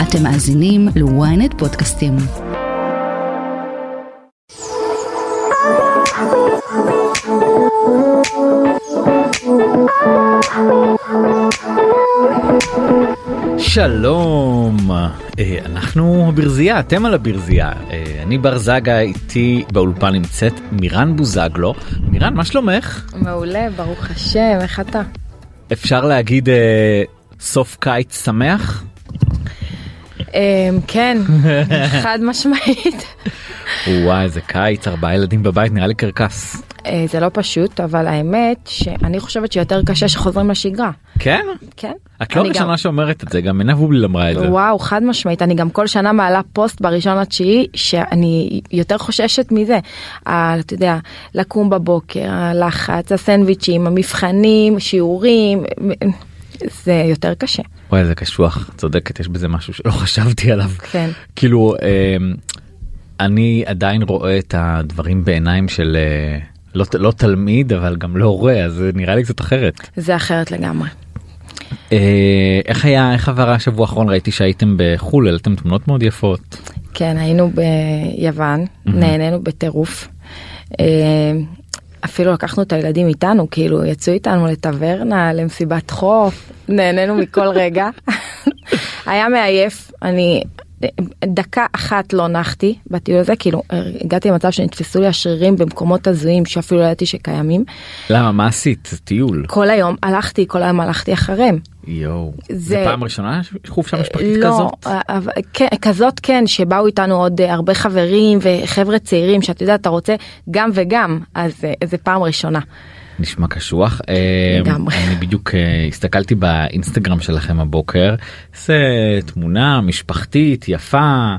אתם מאזינים ל-ynet פודקאסטים. שלום, אנחנו ברזייה, אתם על הברזייה. אני בר זגה, איתי באולפן נמצאת מירן בוזגלו. מירן, מה שלומך? מעולה, ברוך השם, איך אתה? אפשר להגיד סוף קיץ שמח? כן, חד משמעית. וואי, זה קיץ, 4 ילדים בבית, נראה לי קרקס. זה לא פשוט, אבל האמת שאני חושבת שיותר קשה שחוזרים לשגרה. כן? כן. את לא ראשונה שאומרת את זה, גם עינב בובליל אמרה את זה. וואו, חד משמעית, אני גם כל שנה מעלה פוסט ב1.9 שאני יותר חוששת מזה. אתה יודע, לקום בבוקר, הלחץ, הסנדוויצ'ים, המבחנים, שיעורים, זה יותר קשה. וואי, זה קשוח, צודקת, יש בזה משהו שלא חשבתי עליו. כן. כאילו, אני עדיין רואה את הדברים בעיניים של לא תלמיד, אבל גם לא הורה, אז נראה לי קצת אחרת. זה אחרת לגמרי. איך עבר השבוע האחרון? ראיתי שהייתם בחול, העליתם תמונות מאוד יפות. כן, היינו ביוון, נהנינו בטירוף. אפילו לקחנו את הילדים איתנו, כאילו יצאו איתנו לטברנה, למסיבת חוף, נהנינו מכל רגע. היה מעייף, אני דקה אחת לא נחתי בטיול הזה, כאילו הגעתי למצב שנתפסו לי השרירים במקומות הזויים שאפילו לא ידעתי שקיימים. למה? מה עשית? זה טיול? כל היום הלכתי אחריהם. יואו, זה פעם ראשונה חופשה משפחתית לא, כזאת כן, שבאו איתנו עוד הרבה חברים וחבר'ה צעירים, שאתה יודע, אתה רוצה גם וגם, אז זה פעם ראשונה. נשמע קשוח. אני בדיוק הסתכלתי באינסטגרם שלכם הבוקר, זה תמונה משפחתית יפה,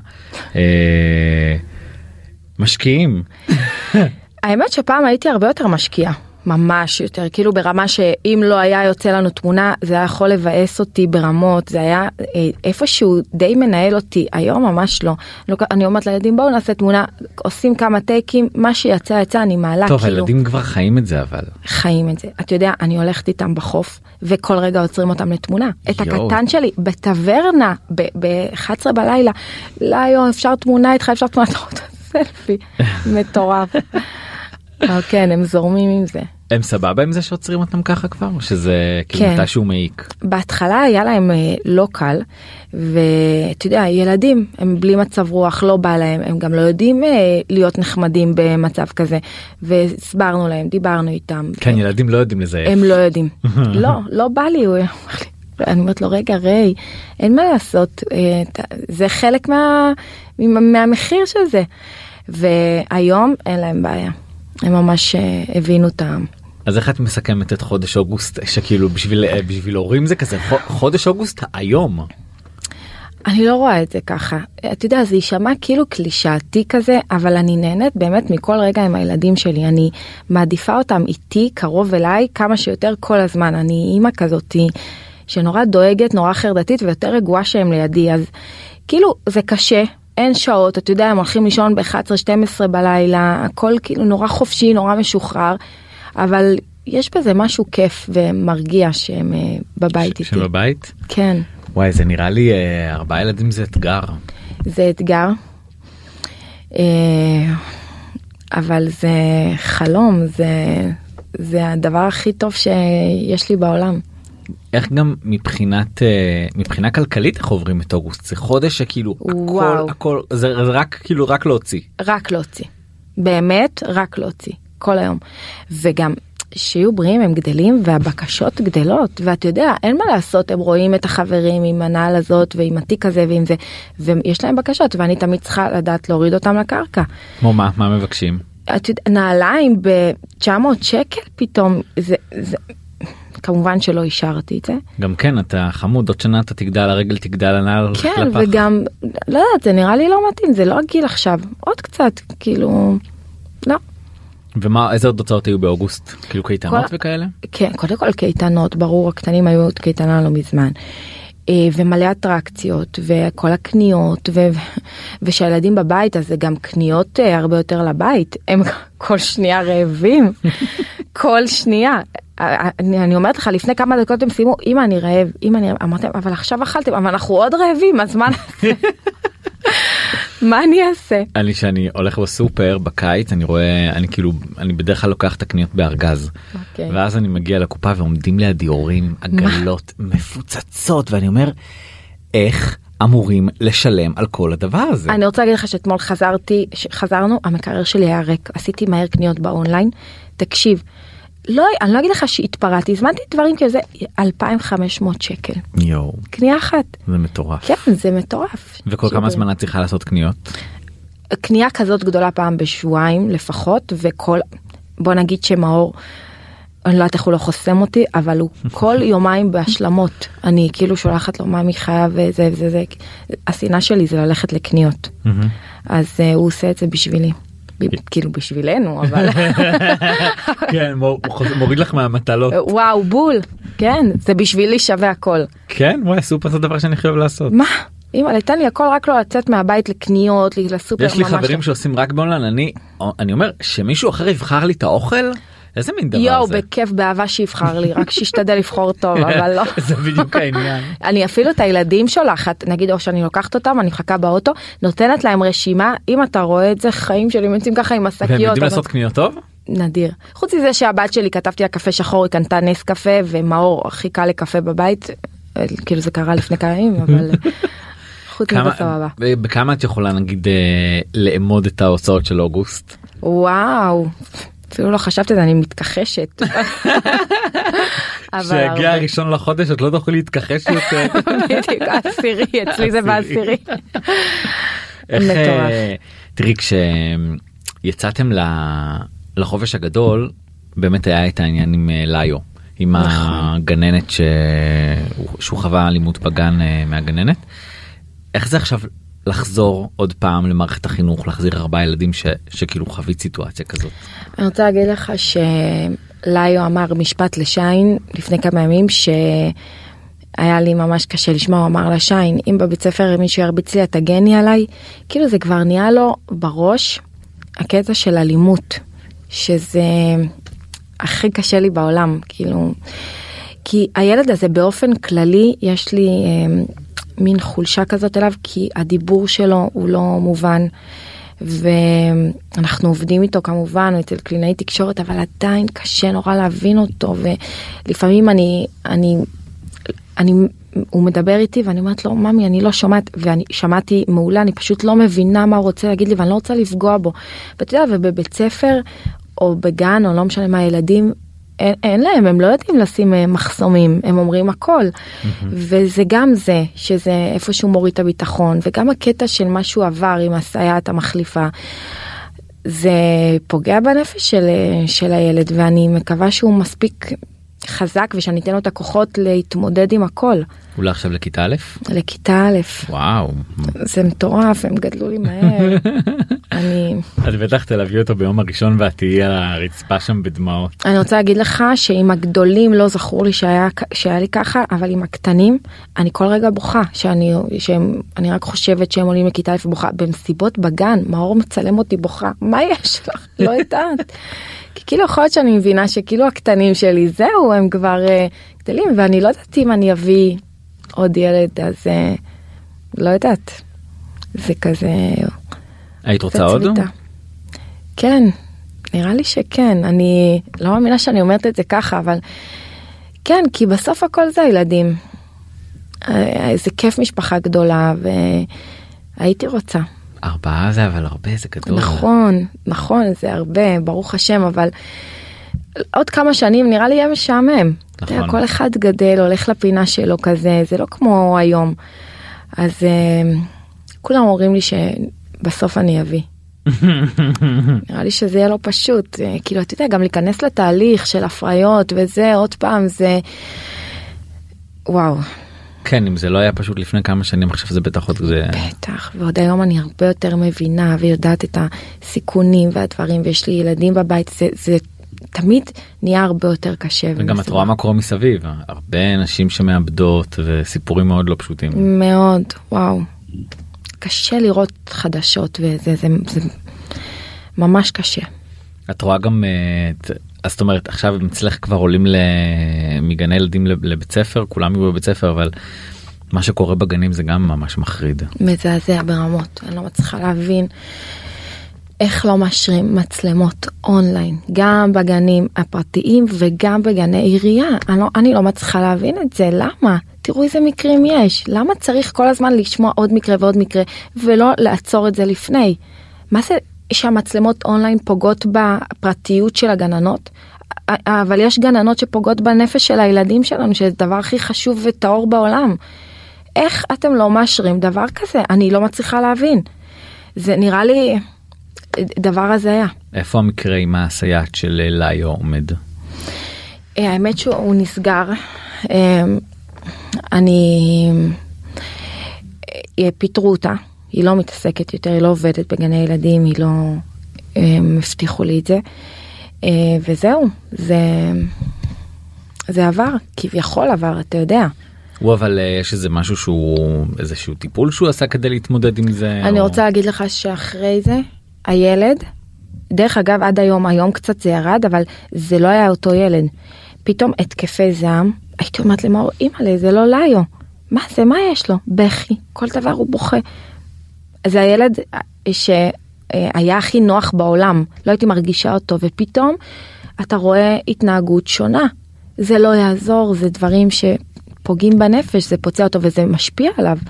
משקיעים. האמת שפעם הייתי הרבה יותר משקיעה, ממש יותר, כאילו ברמה שאם לא היה יוצא לנו תמונה, זה היה יכול לבאס אותי ברמות, זה היה איפשהו די מנהל אותי, היום ממש לא. אני אומרת לילדים, בואו נעשה תמונה, עושים כמה טייקים, מה שיצא, אני מעלה. טוב, הילדים כבר חיים את זה אבל. חיים את זה. אתה יודע, אני הולכת איתם בחוף, וכל רגע עוצרים אותם לתמונה. את הקטן שלי, בטברנה, ב-11 בלילה, לא, היום אפשר תמונה איתך, אפשר תמונה, סלפי, מטורף. כן, הם זורמים עם זה. הם סבבה עם זה שעוצרים אותם ככה כבר? או שזה כאילו מתישהו מעיק? בהתחלה היה להם לא קל, ואתה יודע, ילדים, הם בלי מצב רוח, לא בא להם, הם גם לא יודעים להיות נחמדים במצב כזה, והסברנו להם, דיברנו איתם. כן, ילדים לא יודעים לזייף. הם לא יודעים. לא בא לי, אני אומרת לו, רגע, ריי, אין מה לעשות, זה חלק מהמחיר של זה. והיום אין להם בעיה. הם ממש הבינו טעם. אז איך את מסכמת את חודש אוגוסט, שכאילו בשביל הורים זה כזה, חודש אוגוסט היום? אני לא רואה את זה ככה. אתה יודע, זה יישמע כאילו קלישאתי כזה, אבל אני נהנית באמת מכל רגע עם הילדים שלי. אני מעדיפה אותם איתי, קרוב אליי, כמה שיותר כל הזמן. אני אימא כזאתי, שנורא דואגת, נורא חרדתית, ויותר רגועה שהם לידי. אז כאילו, זה קשה. אין שעות, אתה יודע, הם הולכים לישון ב-11-12 בלילה, הכל כאילו נורא חופשי, נורא משוחרר, אבל יש בזה משהו כיף ומרגיע שהם בבית איתי. שהם בבית? כן. וואי, זה נראה לי 4 ילדים זה אתגר. זה אתגר, אבל זה חלום, זה הדבר הכי טוב שיש לי בעולם. איך גם מבחינה כלכלית איך עוברים את אוגוסט? זה חודש שכאילו הכל זה רק כאילו רק להוציא. רק להוציא. באמת רק להוציא. כל היום. וגם שיהיו בריאים הם גדלים והבקשות גדלות. ואתה יודע, אין מה לעשות, הם רואים את החברים עם הנעל הזאת ועם התיק הזה ועם זה. ויש להם בקשות ואני תמיד צריכה לדעת להוריד אותם לקרקע. כמו מה? מה מבקשים? נעליים ב-900 שקל פתאום. זה כמובן שלא אישרתי את זה. גם כן, אתה חמוד, עוד שנה אתה תגדל, הרגל תגדל, הנעל כן, לפח. וגם, לא יודעת, זה נראה לי לא מתאים, זה לא הגיל עכשיו. עוד קצת, כאילו, לא. ומה, איזה עוד הוצאות היו באוגוסט? כאילו קייטנות וכאלה? כן, קודם כל קייטנות, ברור, הקטנים היו עוד קייטנה לא מזמן. ומלא אטרקציות, וכל הקניות, ושהילדים בבית, אז זה גם קניות הרבה יותר לבית. הם כל שנייה רעבים. כל שנייה. אני אומרת לך, לפני כמה דקות הם סיימו, אמא אני רעב, אמרתם, אבל עכשיו אכלתם, אבל אנחנו עוד רעבים, אז מה נעשה? מה אני אעשה? שאני הולך בסופר בקיץ, אני רואה, אני בדרך כלל לוקח את הקניות בארגז. ואז אני מגיע לקופה ועומדים לידי הורים עם עגלות מפוצצות, ואני אומר, איך אמורים לשלם על כל הדבר הזה? אני רוצה להגיד לך שאתמול חזרנו, המקרר שלי היה ריק, עשיתי מהר קניות באונליין, תקשיב, אני לא אגיד לך שהתפרעתי, הזמנתי דברים כזה, 2,500 שקל. יואו. קנייה אחת. זה מטורף. כן, זה מטורף. וכל כמה זמן את צריכה לעשות קניות? קנייה כזאת גדולה פעם בשבועיים לפחות, בוא נגיד שמאור, אני לא יודעת איך הוא לא חוסם אותי, אבל הוא כל יומיים בהשלמות. אני כאילו שולחת לו מה מחייב וזה וזה. השנאה שלי זה ללכת לקניות. אז הוא עושה את זה בשבילי. כאילו בשבילנו, אבל... כן, מוריד לך מהמטלות. וואו, בול. כן, זה בשבילי שווה הכל. כן, וואי, סופר זה דבר שאני חייב לעשות. מה? אמא, לתן לי הכל רק לא לצאת מהבית לקניות, לסופר ממש. יש לי חברים שעושים רק באונליין, אני אומר, שמישהו אחר יבחר לי את האוכל, איזה מין דבר זה? יואו, בכיף, באהבה שיבחר לי, רק שישתדל לבחור טוב, אבל לא. זה בדיוק העניין. אני אפילו את הילדים שולחת, נגיד, או שאני לוקחת אותם, אני מחכה באוטו, נותנת להם רשימה, אם אתה רואה את זה, חיים שלי יוצאים ככה עם השקיות. והם יודעים לעשות קניות טוב? נדיר. חוץ מזה שהבת שלי, כתבתי לה קפה שחור, היא קנתה נס קפה, ומאור חיכה לקפה בבית, כאילו זה קרה לפני כמה ימים, אבל חוץ מזה סבבה. בכמה את יכולה, נגיד, לאמוד את ההוצאות של אוגוסט? וואו. אפילו לא חשבתי, אני מתכחשת. כשהגיע הראשון לחודש את לא תוכל להתכחש יותר. בדיוק, העשירי, אצלי זה בעשירי. תראי, כשיצאתם לחופש הגדול, באמת היה את העניין עם ליו, עם הגננת שהוא חווה אלימות בגן מהגננת. איך זה עכשיו לחזור עוד פעם למערכת החינוך, להחזיר 4 ילדים שכאילו חווית סיטואציה כזאת? אני רוצה להגיד לך שליו אמר משפט לשיין לפני כמה ימים שהיה לי ממש קשה לשמוע, הוא אמר לשיין, אם בבית ספר מישהו ירביץ לי, אתה גני עליי, כאילו זה כבר נהיה לו בראש הקטע של אלימות, שזה הכי קשה לי בעולם, כאילו, כי הילד הזה באופן כללי יש לי מין חולשה כזאת אליו, כי הדיבור שלו הוא לא מובן, ואנחנו עובדים איתו כמובן, אצל קלינאי תקשורת, אבל עדיין קשה נורא להבין אותו, ולפעמים הוא מדבר איתי, ואני אומרת לו, ממי, אני לא שומעת, ואני שמעתי מעולה, אני פשוט לא מבינה מה הוא רוצה להגיד לי, ואני לא רוצה לפגוע בו. ואתה יודע, ובבית ספר, או בגן, או לא משנה מה, ילדים, אין להם, הם לא יודעים לשים מחסומים, הם אומרים הכל. וזה גם זה, שזה איפשהו מוריד את הביטחון, וגם הקטע של מה שהוא עבר עם הסייעת המחליפה, זה פוגע בנפש של הילד, ואני מקווה שהוא מספיק חזק, ושאני אתן לו את הכוחות להתמודד עם הכל. אולי עכשיו לכיתה א'? לכיתה א'. וואו. זה מטורף, הם גדלו לי מהר. אז בטח תלווי אותו ביום הראשון ואת תהיי על הרצפה שם בדמעות. אני רוצה להגיד לך שעם הגדולים לא זכור לי שהיה לי ככה, אבל עם הקטנים אני כל רגע בוכה, שאני רק חושבת שהם עולים לכיתה א' ובוכה. במסיבות בגן, מאור מצלם אותי בוכה, מה יש לך? לא יודעת. כי כאילו יכול להיות שאני מבינה שכאילו הקטנים שלי זהו, הם כבר גדלים, ואני לא יודעת אם אני אביא עוד ילד, אז לא יודעת. זה כזה... היית רוצה עוד? כן, נראה לי שכן. אני לא מאמינה שאני אומרת את זה ככה, אבל כן, כי בסוף הכל זה הילדים. זה כיף משפחה גדולה, והייתי רוצה. 4 זה אבל הרבה, זה גדול. נכון, זה הרבה, ברוך השם, אבל עוד כמה שנים נראה לי יהיה משעמם. נכון. כל אחד גדל, הולך לפינה שלו כזה, זה לא כמו היום. אז כולם אומרים לי שבסוף אני אביא. נראה לי שזה יהיה לא פשוט. כאילו, אתה יודע, גם להיכנס לתהליך של הפריות וזה, עוד פעם, זה... וואו. כן, אם זה לא היה פשוט לפני כמה שנים, עכשיו זה בטח עוד זה... בטח, ועוד היום אני הרבה יותר מבינה ויודעת את הסיכונים והדברים, ויש לי ילדים בבית, זה תמיד נהיה הרבה יותר קשה. וגם את רואה מה קורה מסביב, הרבה נשים שמאבדות וסיפורים מאוד לא פשוטים. מאוד, וואו. קשה לראות חדשות וזה ממש קשה. את רואה גם אז זאת אומרת, עכשיו הם אצלך כבר עולים מגני ילדים לבית ספר, כולם יהיו בבית ספר, אבל מה שקורה בגנים זה גם ממש מחריד. מזעזע ברמות, אני לא מצליחה להבין איך לא מאשרים מצלמות אונליין, גם בגנים הפרטיים וגם בגני עירייה. אני לא מצליחה להבין את זה, למה? תראו איזה מקרים יש, למה צריך כל הזמן לשמוע עוד מקרה ועוד מקרה, ולא לעצור את זה לפני? מה זה שהמצלמות אונליין פוגעות בפרטיות של הגננות? אבל יש גננות שפוגעות בנפש של הילדים שלנו, שזה הדבר הכי חשוב וטהור בעולם. איך אתם לא מאשרים דבר כזה? אני לא מצליחה להבין. זה נראה לי דבר הזה היה. איפה המקרה עם הסייעת של ליו עומד? האמת שהוא נסגר. פיתרו אותה. היא לא מתעסקת יותר, היא לא עובדת בגני ילדים, היא לא מבטיחו לי את זה. וזהו, זה עבר, כביכול עבר, אתה יודע. אבל יש איזה משהו שהוא, איזשהו טיפול שהוא עשה כדי להתמודד עם זה? אני רוצה להגיד לך שאחרי זה, הילד, דרך אגב עד היום קצת זה ירד, אבל זה לא היה אותו ילד. פתאום התקפי זעם, הייתי אומרת למאור, אמא, זה לא ליו. מה זה, מה יש לו? בכי, כל דבר הוא בוכה. זה הילד שהיה הכי נוח בעולם, לא הייתי מרגישה אותו, ופתאום אתה רואה התנהגות שונה. זה לא יעזור, זה דברים שפוגעים בנפש, זה פוצע אותו וזה משפיע עליו.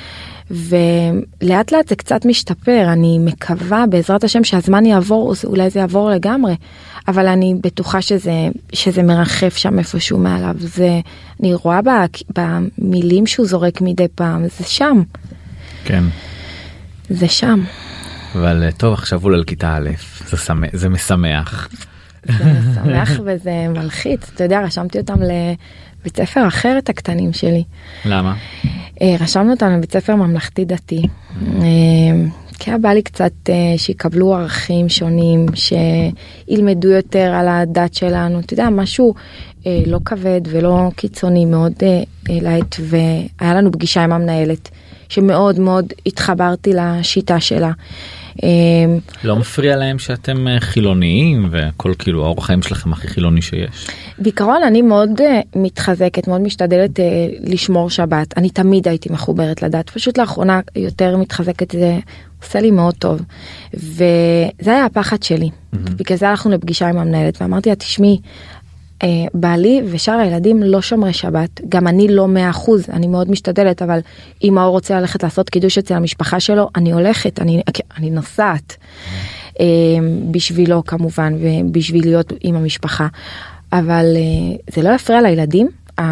ולאט לאט זה קצת משתפר, אני מקווה בעזרת השם שהזמן יעבור, אולי זה יעבור לגמרי, אבל אני בטוחה שזה מרחף שם איפשהו מעליו, אני רואה במילים שהוא זורק מדי פעם, זה שם. כן. זה שם. אבל טוב, עכשיו הוא לכיתה א', זה משמח. זה משמח וזה מלחיץ, אתה יודע, רשמתי אותם לבית ספר אחר את הקטנים שלי. למה? רשמנו אותם לבית ספר ממלכתי דתי, כי היה בא לי קצת שיקבלו ערכים שונים, שילמדו יותר על הדת שלנו, אתה יודע, משהו לא כבד ולא קיצוני, מאוד לייט, והיה לנו פגישה עם המנהלת, שמאוד מאוד התחברתי לשיטה שלה. לא מפריע להם שאתם חילוניים וכל כאילו האורח חיים שלכם הכי חילוני שיש? בעיקרון אני מאוד מתחזקת, מאוד משתדלת לשמור שבת. אני תמיד הייתי מחוברת לדת, פשוט לאחרונה יותר מתחזקת, זה עושה לי מאוד טוב. וזה היה הפחד שלי. בגלל זה הלכנו לפגישה עם המנהלת ואמרתי לה, תשמעי, בעלי ושאר הילדים לא שומרי שבת, גם אני לא 100%, אני מאוד משתדלת, אבל אם האור רוצה ללכת לעשות קידוש אצל המשפחה שלו, אני הולכת, אני נוסעת בשבילו כמובן, ובשביל להיות עם המשפחה, אבל זה לא יפריע לילדים,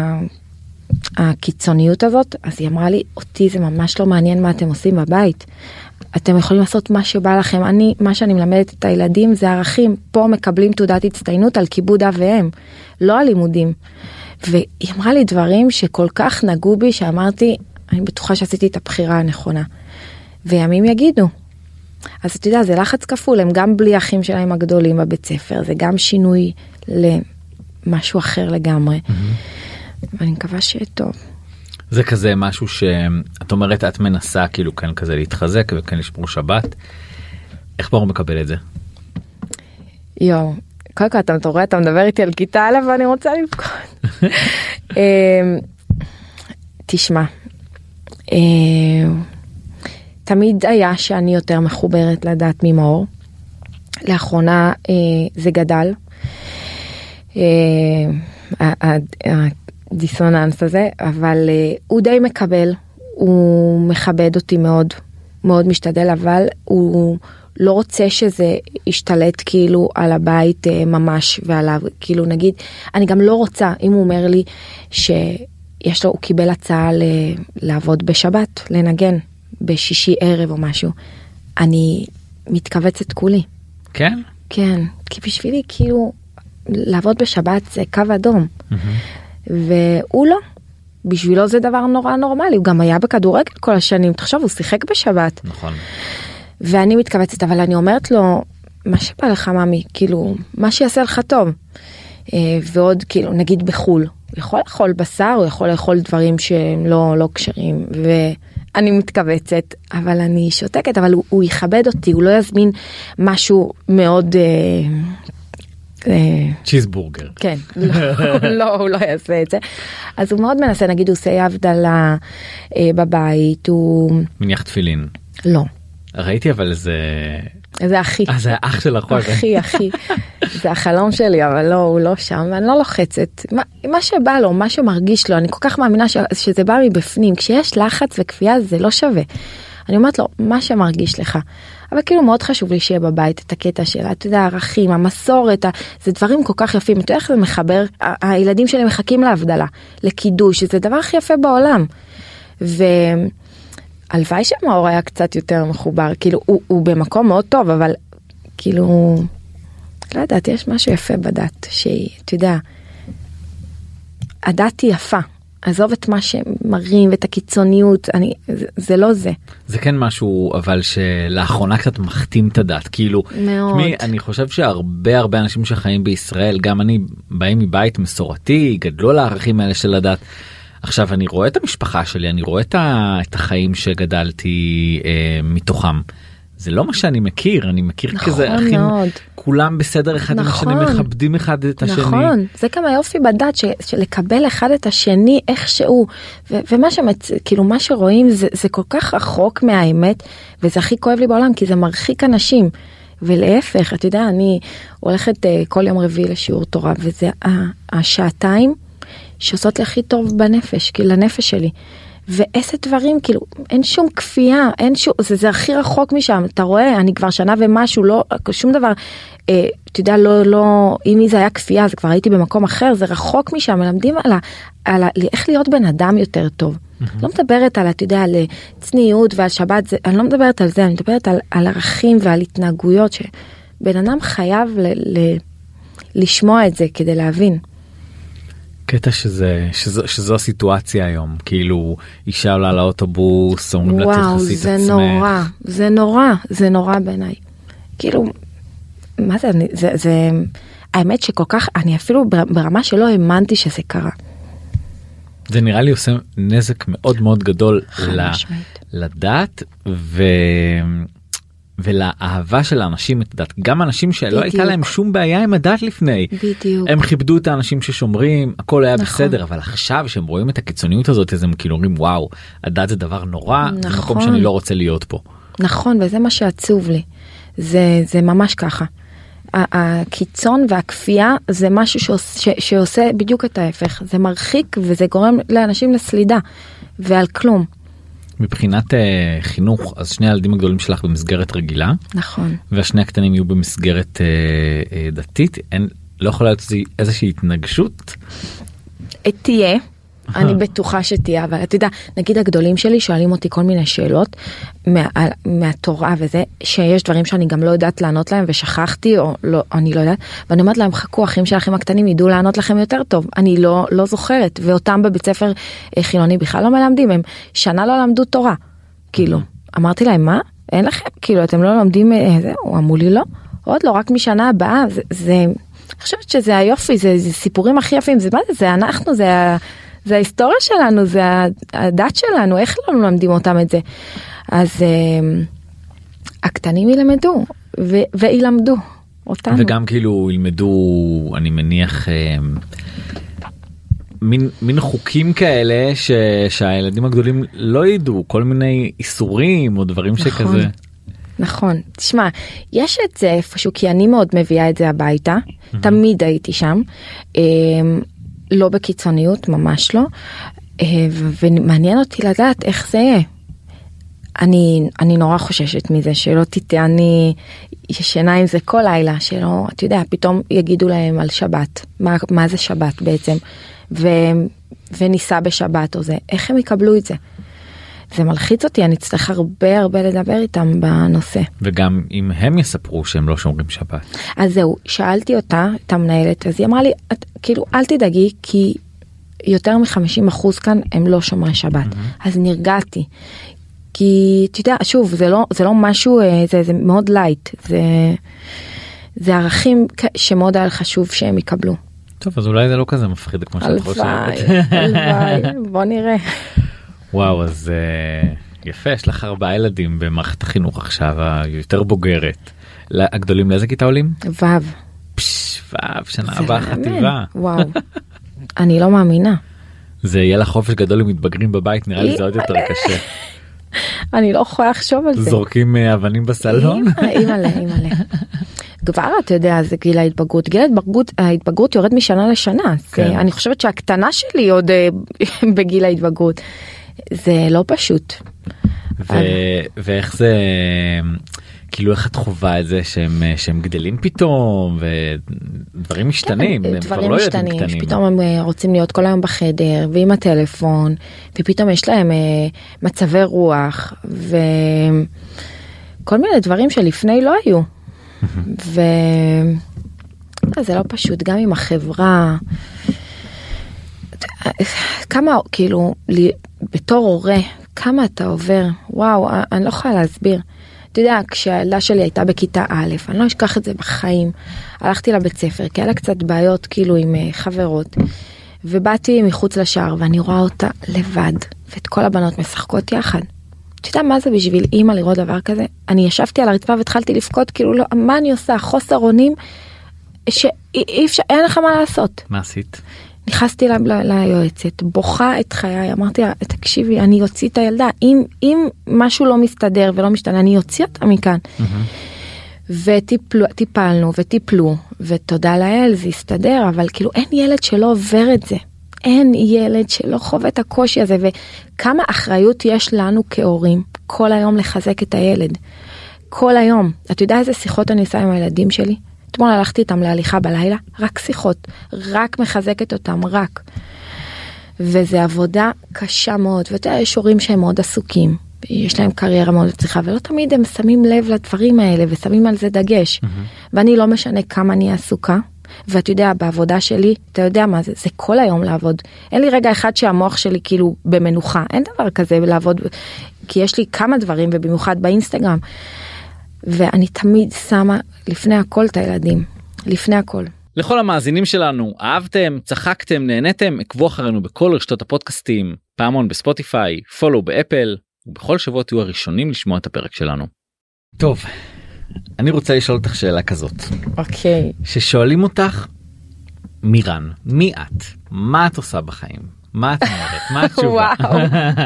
הקיצוניות הזאת. אז היא אמרה לי, אותי זה ממש לא מעניין מה אתם עושים בבית, אתם יכולים לעשות מה שבא לכם, מה שאני מלמדת את הילדים זה ערכים, פה מקבלים תעודת הצטיינות על כיבוד אב ואם, לא על לימודים. והיא אמרה לי דברים שכל כך נגעו בי, שאמרתי, אני בטוחה שעשיתי את הבחירה הנכונה. וימים יגידו. אז אתה יודע, זה לחץ כפול, הם גם בלי אחים שלהם הגדולים בבית ספר, זה גם שינוי למשהו אחר לגמרי. ואני מקווה שיהיה טוב. זה כזה משהו שאת אומרת, את מנסה כאילו כאן כזה להתחזק וכאן לשמור שבת. איך ברור מקבל את זה? יו, קודם כל אתה רואה, אתה מדבר איתי על כיתה א' ואני רוצה לבכות. תשמע, תמיד היה שאני יותר מחוברת לדת ממאור. לאחרונה זה גדל. הדיסוננס הזה, אבל הוא די מקבל, הוא מכבד אותי מאוד, מאוד משתדל, אבל הוא לא רוצה שזה ישתלט כאילו על הבית ממש ועליו, כאילו נגיד, אני גם לא רוצה, אם הוא אומר לי שיש לו, הוא קיבל הצעה לעבוד בשבת, לנגן בשישי ערב או משהו, אני מתכווצת כולי. כן? כן, כי בשבילי כאילו לעבוד בשבת זה קו אדום. והוא לא, בשבילו זה דבר נורא נורמלי, הוא גם היה בכדורגל כל השנים, תחשוב, הוא שיחק בשבת. נכון. ואני מתכווצת, אבל אני אומרת לו, מה שבא לך ממי, כאילו, מה שיעשה לך טוב. ועוד כאילו, נגיד בחול, הוא יכול לאכול בשר, הוא יכול לאכול דברים שהם לא קשרים, ואני מתכווצת, אבל אני שותקת, אבל הוא יכבד אותי, הוא לא יזמין משהו מאוד צ'יזבורגר. כן, לא, הוא לא יעשה את זה. אז הוא מאוד מנסה, נגיד הוא עושה הבדלה בבית, הוא... מניח תפילין. לא. ראיתי אבל זה אחי. זה האח של החול. אחי. זה החלום שלי, אבל לא, הוא לא שם, ואני לא לוחצת. מה שבא לו, מה שמרגיש לו, אני כל כך מאמינה שזה בא מבפנים. כשיש לחץ וכפייה זה לא שווה. אני אומרת לו, מה שמרגיש לך. אבל כאילו מאוד חשוב לי שיהיה בבית את הקטע של, אתה יודע, הערכים, המסורת, זה דברים כל כך יפים. אתה יודע איך זה מחבר? הילדים שלי מחכים להבדלה, לקידוש, זה דבר הכי יפה בעולם. הלוואי שהמאור היה קצת יותר מחובר, כאילו הוא במקום מאוד טוב, אבל כאילו, לא יודעת, יש משהו יפה בדת, שהיא, אתה יודע, הדת היא יפה, עזוב את מה שמראים ואת הקיצוניות, זה לא זה. זה כן משהו, אבל שלאחרונה קצת מחתים את הדת, כאילו, מאוד. אני חושב שהרבה אנשים שחיים בישראל, גם אני באים מבית מסורתי, גדלו לערכים האלה של הדת, עכשיו אני רואה את המשפחה שלי, אני רואה את החיים שגדלתי מתוכם. זה לא מה שאני מכיר, אני מכיר נכון כזה אחים, מאוד. כולם בסדר אחד עם השני, מכבדים אחד את השני. נכון, זה גם היופי בדת, שלקבל אחד את השני איכשהו, ומה כאילו מה שרואים זה כל כך רחוק מהאמת, וזה הכי כואב לי בעולם, כי זה מרחיק אנשים. ולהפך, אתה יודע, אני הולכת כל יום רביעי לשיעור תורה, וזה השעתיים, שעושות לי הכי טוב בנפש, כאילו לנפש שלי. ואיזה דברים, כאילו, אין שום כפייה, אין שום, זה הכי רחוק משם, אתה רואה, אני כבר שנה ומשהו, לא, שום דבר, אתה יודע, לא, אם זה היה כפייה, אז כבר הייתי במקום אחר, זה רחוק משם, מלמדים על איך להיות בן אדם יותר טוב. לא מדברת על, אתה יודע, על צניעות ועל שבת, אני לא מדברת על זה, אני מדברת על ערכים ועל התנהגויות, שבן אדם חייב לשמוע את זה כדי להבין. קטע שזו הסיטואציה היום, כאילו אישה עולה לאוטובוס, אומרים לה תתחסי את עצמך. וואו, זה נורא בעיניי. כאילו, מה זה, האמת שכל כך, אני אפילו ברמה שלא האמנתי שזה קרה. זה נראה לי עושה נזק מאוד מאוד גדול לדת ולאהבה של האנשים את הדת, גם אנשים שלא הייתה להם שום בעיה עם הדת לפני. בדיוק. הם כיבדו את האנשים ששומרים, הכל היה בסדר, אבל עכשיו שהם רואים את הקיצוניות הזאת, אז הם כאילו אומרים, וואו, הדת זה דבר נורא, זה מקום שאני לא רוצה להיות פה. נכון, וזה מה שעצוב לי. זה ממש ככה. הקיצון והכפייה זה משהו שעושה בדיוק את ההפך. זה מרחיק וזה גורם לאנשים לסלידה, ועל כלום. מבחינת חינוך, אז שני הילדים הגדולים שלך במסגרת רגילה. נכון. והשני הקטנים יהיו במסגרת דתית. לא יכולה להיות איזושהי התנגשות? תהיה. אני בטוחה שתהיה, אבל אתה יודע, נגיד הגדולים שלי שואלים אותי כל מיני שאלות מהתורה וזה, שיש דברים שאני גם לא יודעת לענות להם ושכחתי, או לא, אני לא יודעת, ואני אומרת להם, חכו, אחים שלכם הקטנים ידעו לענות לכם יותר טוב, אני לא זוכרת, ואותם בבית ספר חילוני בכלל לא מלמדים, הם שנה לא למדו תורה, כאילו, אמרתי להם, מה? אין לכם? כאילו, אתם לא לומדים, הוא אמרו לי לא, עוד לא, רק משנה הבאה, אני חושבת שזה היופי, זה סיפורים הכי יפים, זה אנחנו, זה ההיסטוריה שלנו, זה הדת שלנו, איך לא לומדים אותם את זה? אז הקטנים ילמדו, וילמדו אותנו. וגם כאילו ילמדו, אני מניח, מין חוקים כאלה שהילדים הגדולים לא ידעו, כל מיני איסורים או דברים שכזה. נכון, תשמע, יש את זה איפשהו, כי אני מאוד מביאה את זה הביתה, תמיד הייתי שם, לא בקיצוניות, ממש לא, ומעניין אותי לדעת איך זה יהיה. אני נורא חוששת מזה, שלא תיתן, אני ישנה עם זה כל לילה, שלא, אתה יודע, פתאום יגידו להם על שבת, מה זה שבת בעצם, וניסה בשבת או זה, איך הם יקבלו את זה? זה מלחיץ אותי, אני צריך הרבה לדבר איתם בנושא. וגם אם הם יספרו שהם לא שומרים שבת. אז זהו, שאלתי אותה, את המנהלת, אז היא אמרה לי, כאילו, אל תדאגי, כי יותר מ-50% כאן הם לא שומרי שבת. אז נרגעתי. כי, אתה יודע, שוב, זה לא משהו, זה מאוד לייט. זה ערכים שמאוד היה חשוב שהם יקבלו. טוב, אז אולי זה לא כזה מפחיד כמו שאת חושבת. הלוואי, בוא נראה. וואו, אז יפה, יש לך 4 ילדים במערכת החינוך עכשיו, היותר בוגרת. הגדולים לאיזה כיתה עולים? ו'. שנה הבאה חטיבה. וואו, אני לא מאמינה. זה יהיה לך חופש גדול אם מתבגרים בבית, נראה לי זה עוד יותר קשה. אני לא יכולה לחשוב על זה. זורקים אבנים בסלון? אימא'לה. כבר אתה יודע, זה גיל ההתבגרות. גיל ההתבגרות יורד משנה לשנה. אני חושבת שהקטנה שלי עוד בגיל ההתבגרות. זה לא פשוט. ואיך זה, כאילו איך את חובה את זה שהם גדלים פתאום ודברים משתנים, הם כבר לא ילדים קטנים. פתאום הם רוצים להיות כל היום בחדר ועם הטלפון, ופתאום יש להם מצבי רוח וכל מיני דברים שלפני לא היו. וזה לא פשוט, גם עם החברה. כמה, כאילו, בתור הורה, כמה אתה עובר, וואו, אני לא יכולה להסביר. אתה יודע, כשהילדה שלי הייתה בכיתה א', אני לא אשכח את זה בחיים. הלכתי לבית ספר, כי היה לה קצת בעיות כאילו עם חברות, ובאתי מחוץ לשער, ואני רואה אותה לבד, ואת כל הבנות משחקות יחד. אתה יודע מה זה בשביל אימא לראות דבר כזה? אני ישבתי על הרצפה והתחלתי לפקוד, כאילו לא, מה אני עושה? חוסר אונים, שאי אפשר, אין לך מה לעשות. מה עשית? נכנסתי ליועצת, בוכה את חיי, אמרתי לה, תקשיבי, אני אוציא את הילדה, אם משהו לא מסתדר ולא משתנה, אני אוציא אותה מכאן. וטיפלנו וטיפלו, ותודה לאל, זה הסתדר, אבל כאילו אין ילד שלא עובר את זה. אין ילד שלא חווה את הקושי הזה, וכמה אחריות יש לנו כהורים, כל היום לחזק את הילד. כל היום. אתה יודע איזה שיחות אני עושה עם הילדים שלי? אתמול הלכתי איתם להליכה בלילה, רק שיחות, רק מחזקת אותם, רק. וזה עבודה קשה מאוד, ואתה יודע, יש הורים שהם מאוד עסוקים, יש להם קריירה מאוד צריכה, ולא תמיד הם שמים לב לדברים האלה, ושמים על זה דגש. ואני לא משנה כמה אני עסוקה, ואתה יודע, בעבודה שלי, אתה יודע מה זה, זה כל היום לעבוד. אין לי רגע אחד שהמוח שלי כאילו במנוחה, אין דבר כזה לעבוד, כי יש לי כמה דברים, ובמיוחד באינסטגרם, ואני תמיד שמה לפני הכל את הילדים, לפני הכל. לכל המאזינים שלנו, אהבתם, צחקתם, נהנתם, עקבו אחרינו בכל רשתות הפודקאסטים, פעמון בספוטיפיי, פולו באפל, ובכל שבוע תהיו הראשונים לשמוע את הפרק שלנו. טוב, אני רוצה לשאול אותך שאלה כזאת. אוקיי. ששואלים אותך, מירן, מי את? מה את עושה בחיים? מה את אומרת? מה התשובה? וואו.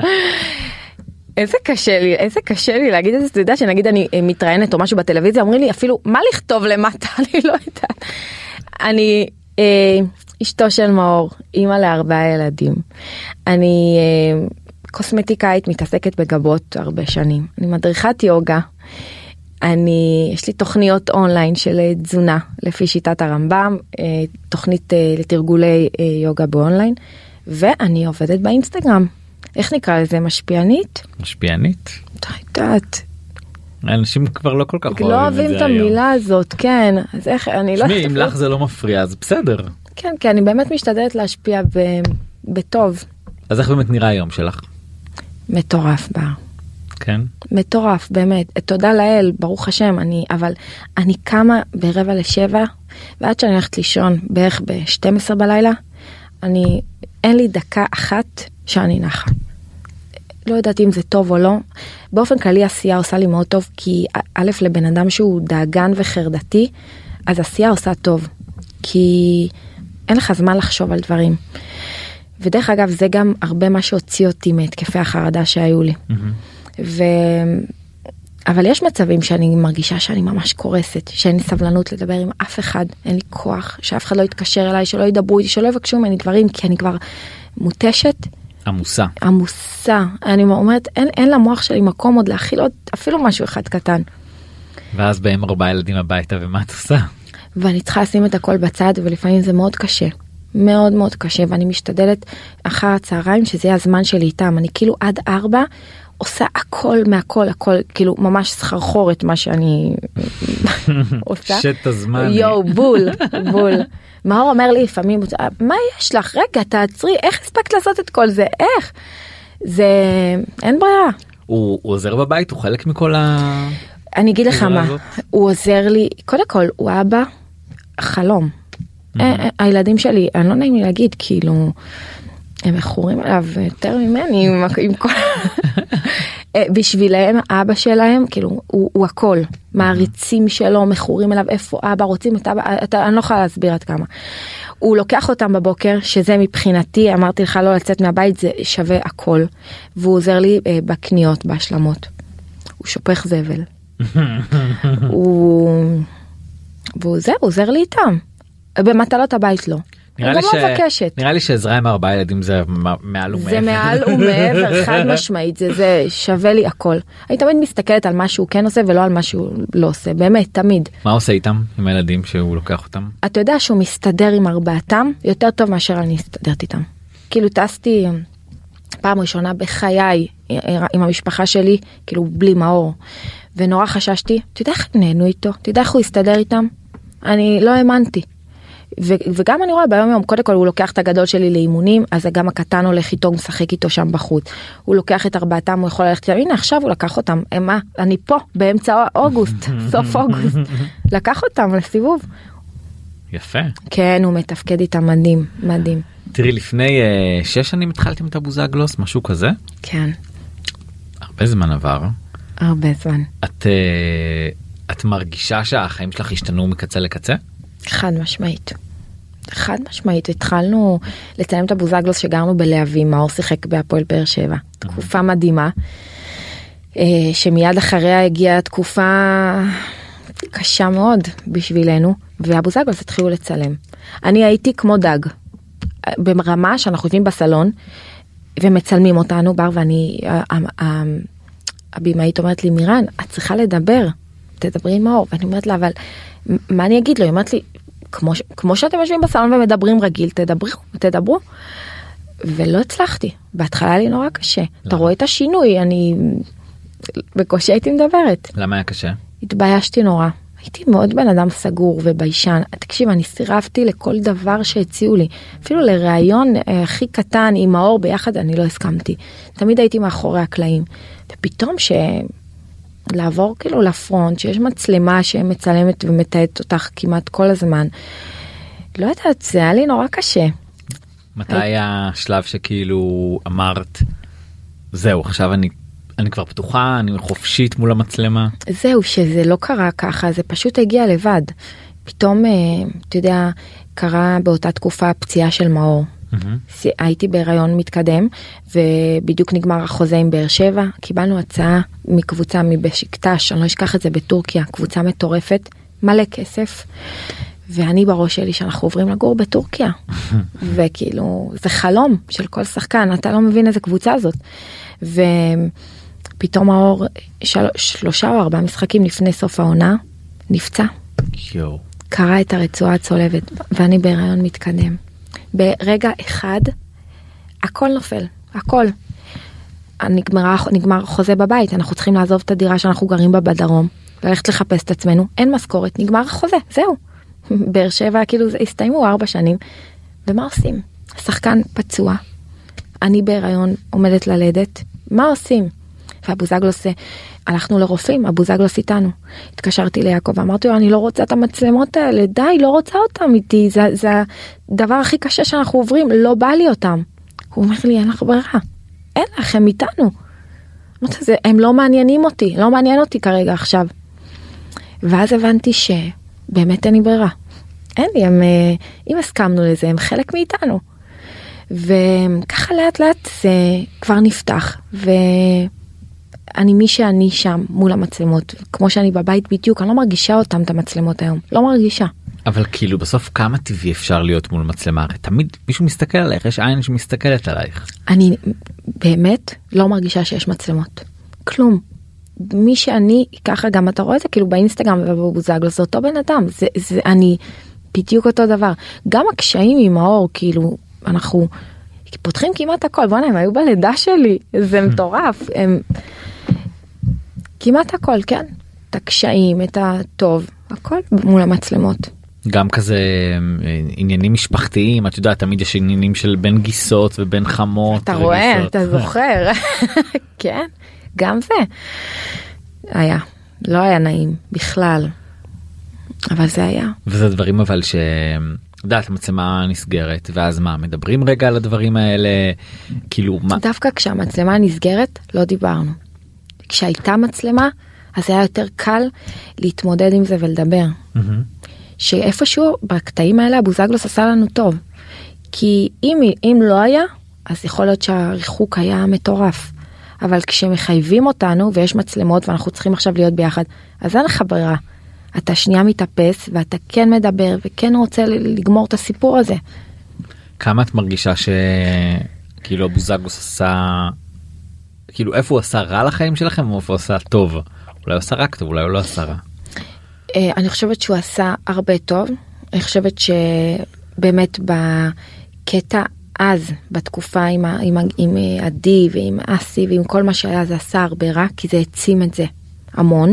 איזה קשה לי להגיד את זה, אתה יודע שנגיד אני מתראיינת או משהו בטלוויזיה, אומרים לי אפילו מה לכתוב למטה, אני לא יודעת. אני אשתו של מאור, אימא ל4 ילדים. אני קוסמטיקאית, מתעסקת בגבות הרבה שנים. אני מדריכת יוגה. יש לי תוכניות אונליין של תזונה לפי שיטת הרמב"ם, תוכנית לתרגולי יוגה באונליין, ואני עובדת באינסטגרם. איך נקרא לזה? משפיענית? משפיענית? יודעת. האנשים כבר לא כל כך לא אוהבים את המילה הזאת, כן. אז איך, אני לא... שמי, אם לך זה לא מפריע, אז בסדר. כן, כי אני באמת משתדלת להשפיע בטוב. אז איך באמת נראה היום שלך? מטורף בר. כן? מטורף, באמת. תודה לאל, ברוך השם, אבל אני קמה ב6:45, ועד שאני הולכת לישון בערך ב12 בלילה, אין לי דקה אחת שאני נחה. לא יודעת אם זה טוב או לא. באופן כללי עשייה עושה לי מאוד טוב, כי א' לבן אדם שהוא דאגן וחרדתי, אז עשייה עושה טוב. כי אין לך זמן לחשוב על דברים. ודרך אגב, זה גם הרבה מה שהוציא אותי מהתקפי החרדה שהיו לי. אבל יש מצבים שאני מרגישה שאני ממש קורסת, שאין לי סבלנות לדבר עם אף אחד, אין לי כוח, שאף אחד לא יתקשר אליי, שלא ידברו איתי, שלא יבקשו ממני דברים, כי אני כבר מוטשת. עמוסה. אני אומרת, אין למוח שלי מקום עוד להכיל עוד אפילו משהו אחד קטן. ואז באים 4 ילדים הביתה, ומה את עושה? ואני צריכה לשים את הכל בצד, ולפעמים זה מאוד קשה. מאוד מאוד קשה, ואני משתדלת אחר הצהריים, שזה יהיה הזמן שלי איתם. אני כאילו עד 4, עושה הכל מהכל, הכל, כאילו ממש סחרחורת מה שאני עושה. שט הזמן. יו, בול. מאור אומר לי לפעמים, מה יש לך? רגע, תעצרי, איך הספקת לעשות את כל זה? איך? זה, אין ברירה. הוא עוזר בבית? הוא חלק מכל אני אגיד לך מה, הוא עוזר לי, קודם כל, הוא אבא חלום. הילדים שלי, אני לא נעים לי להגיד, כאילו, הם מכורים עליו יותר ממני, עם כל... בשבילהם, אבא שלהם, כאילו, הוא הכל. מעריצים שלו, מכורים אליו, איפה אבא, רוצים את אבא, אני לא יכולה להסביר עד כמה. הוא לוקח אותם בבוקר, שזה מבחינתי, אמרתי לך לא לצאת מהבית, זה שווה הכל. והוא עוזר לי בקניות, בהשלמות. הוא שופך זבל. הוא עוזר לי איתם. במטלות הבית לא. נראה לי שעזרה עם 4 ילדים זה מעל ומעבר. זה מעל ומעבר, חד משמעית, זה שווה לי הכל. אני תמיד מסתכלת על מה שהוא כן עושה ולא על מה שהוא לא עושה, באמת, תמיד. מה עושה איתם, עם הילדים שהוא לוקח אותם? אתה יודע שהוא מסתדר עם 4 יותר טוב מאשר אני מסתדרת איתם. כאילו טסתי פעם ראשונה בחיי עם המשפחה שלי, כאילו בלי מאור, ונורא חששתי, אתה יודע איך נהנו איתו? אתה יודע איך הוא יסתדר איתם? אני לא האמנתי. וגם אני רואה ביום יום, קודם כל הוא לוקח את הגדול שלי לאימונים, אז גם הקטן הולך איתו, הוא משחק איתו שם בחוץ. הוא לוקח את 4, הוא יכול ללכת, הנה עכשיו הוא לקח אותם, אני פה באמצע אוגוסט, סוף אוגוסט, לקח אותם לסיבוב. יפה. כן, הוא מתפקד איתם מדהים, מדהים. תראי, לפני 6 שנים התחלתם את הבוזגלוס, משהו כזה? כן. הרבה זמן עבר. הרבה זמן. את מרגישה שהחיים שלך השתנו מקצה לקצה? חד משמעית. חד משמעית. התחלנו לצלם את הבוזגלוס שגרנו בלהבים, מאור שיחק בהפועל באר שבע. תקופה מדהימה. שמיד אחריה הגיעה תקופה קשה מאוד בשבילנו, והבוזגלוס התחילו לצלם. אני הייתי כמו דג. ברמה שאנחנו יושבים בסלון, ומצלמים אותנו, בר ואני, הבימאית אומרת לי, מירן, את צריכה לדבר. תדברי עם מאור. ואני אומרת לה, אבל מה אני אגיד לו? היא אומרת לי, כמו שאתם יושבים בסלון ומדברים רגיל, תדברו. ולא הצלחתי. בהתחלה לי נורא קשה. אתה רואה את השינוי, אני בקושי הייתי מדברת. למה היה קשה? התביישתי נורא. הייתי מאוד בן אדם סגור וביישן. תקשיב, אני סירבתי לכל דבר שהציעו לי. אפילו לראיון הכי קטן עם מאור ביחד, אני לא הסכמתי. תמיד הייתי מאחורי הקלעים. ופתאום לעבור כאילו לפרונט, שיש מצלמה שמצלמת ומתעדת אותך כמעט כל הזמן. לא יודעת, זה היה לי נורא קשה. מתי היה השלב שכאילו אמרת, זהו, עכשיו אני כבר פתוחה, אני חופשית מול המצלמה? זהו, שזה לא קרה ככה, זה פשוט הגיע לבד. פתאום, אתה יודע, קרה באותה תקופה פציעה של מאור. הייתי בהיריון מתקדם, ובדיוק נגמר החוזה עם באר שבע, קיבלנו הצעה מקבוצה מבשיקטש, אני לא אשכח את זה, בטורקיה, קבוצה מטורפת, מלא כסף, ואני בראש שלי שאנחנו עוברים לגור בטורקיה, וכאילו, זה חלום של כל שחקן, אתה לא מבין איזה קבוצה הזאת, ופתאום האור, 3 או 4 משחקים לפני סוף העונה, נפצע, קרא את הרצועה הצולבת, ואני בהיריון מתקדם. ברגע אחד, הכל נופל, הכל. נגמר חוזה בבית, אנחנו צריכים לעזוב את הדירה שאנחנו גרים בה בדרום, ללכת לחפש את עצמנו, אין משכורת, נגמר החוזה, זהו. באר שבע, כאילו, הסתיימו 4 שנים, ומה עושים? השחקן פצוע, אני בהיריון עומדת ללדת, מה עושים? והבוזגלוס, הלכנו לרופאים, הבוזגלוס איתנו. התקשרתי ליעקב ואמרתי לו, אני לא רוצה את המצלמות האלה, די, לא רוצה אותם איתי, זה הדבר הכי קשה שאנחנו עוברים, לא בא לי אותם. הוא אומר לי, אין לך ברירה, אין לך, הם איתנו. הם לא מעניינים אותי, לא מעניין אותי כרגע עכשיו. ואז הבנתי שבאמת אין לי ברירה. אין לי, אם הסכמנו לזה, הם חלק מאיתנו. וככה לאט לאט זה כבר נפתח, אני מי שאני שם מול המצלמות, כמו שאני בבית בדיוק, אני לא מרגישה אותם את המצלמות היום, לא מרגישה. אבל כאילו בסוף כמה טבעי אפשר להיות מול מצלמה? הרי תמיד מישהו מסתכל עלייך, יש עין שמסתכלת עלייך. אני באמת לא מרגישה שיש מצלמות, כלום. מי שאני, ככה גם אתה רואה את זה כאילו באינסטגרם ובבוזגלוס, זה אותו בן אדם, זה אני בדיוק אותו דבר. גם הקשיים עם האור, כאילו אנחנו פותחים כמעט הכל, בוא'נה, הם היו בלידה שלי, זה מטורף, הם כמעט הכל, כן, את הקשיים, את הטוב, הכל מול המצלמות. גם כזה עניינים משפחתיים, את יודעת, תמיד יש עניינים של בין גיסות ובין חמות. אתה רואה, אתה זוכר, כן, גם זה היה, לא היה נעים בכלל, אבל זה היה. וזה דברים אבל ש... יודעת, המצלמה נסגרת, ואז מה, מדברים רגע על הדברים האלה, כאילו מה? דווקא כשהמצלמה נסגרת, לא דיברנו. כשהייתה מצלמה, אז היה יותר קל להתמודד עם זה ולדבר. שאיפשהו בקטעים האלה הבוזגלוס עשה לנו טוב. כי אם לא היה, אז יכול להיות שהריחוק היה מטורף. אבל כשמחייבים אותנו ויש מצלמות ואנחנו צריכים עכשיו להיות ביחד, אז אין לך ברירה. אתה שנייה מתאפס ואתה כן מדבר וכן רוצה לגמור את הסיפור הזה. כמה את מרגישה שכאילו הבוזגלוס עשה, כאילו איפה הוא עשה רע לחיים שלכם או איפה הוא עשה טוב? אולי הוא עשה רק טוב, אולי הוא לא עשה רע. אני חושבת שהוא עשה הרבה טוב. אני חושבת שבאמת בקטע אז, בתקופה עם עדי ועם אסי ועם כל מה שהיה, זה עשה הרבה רע, כי זה העצים את זה המון.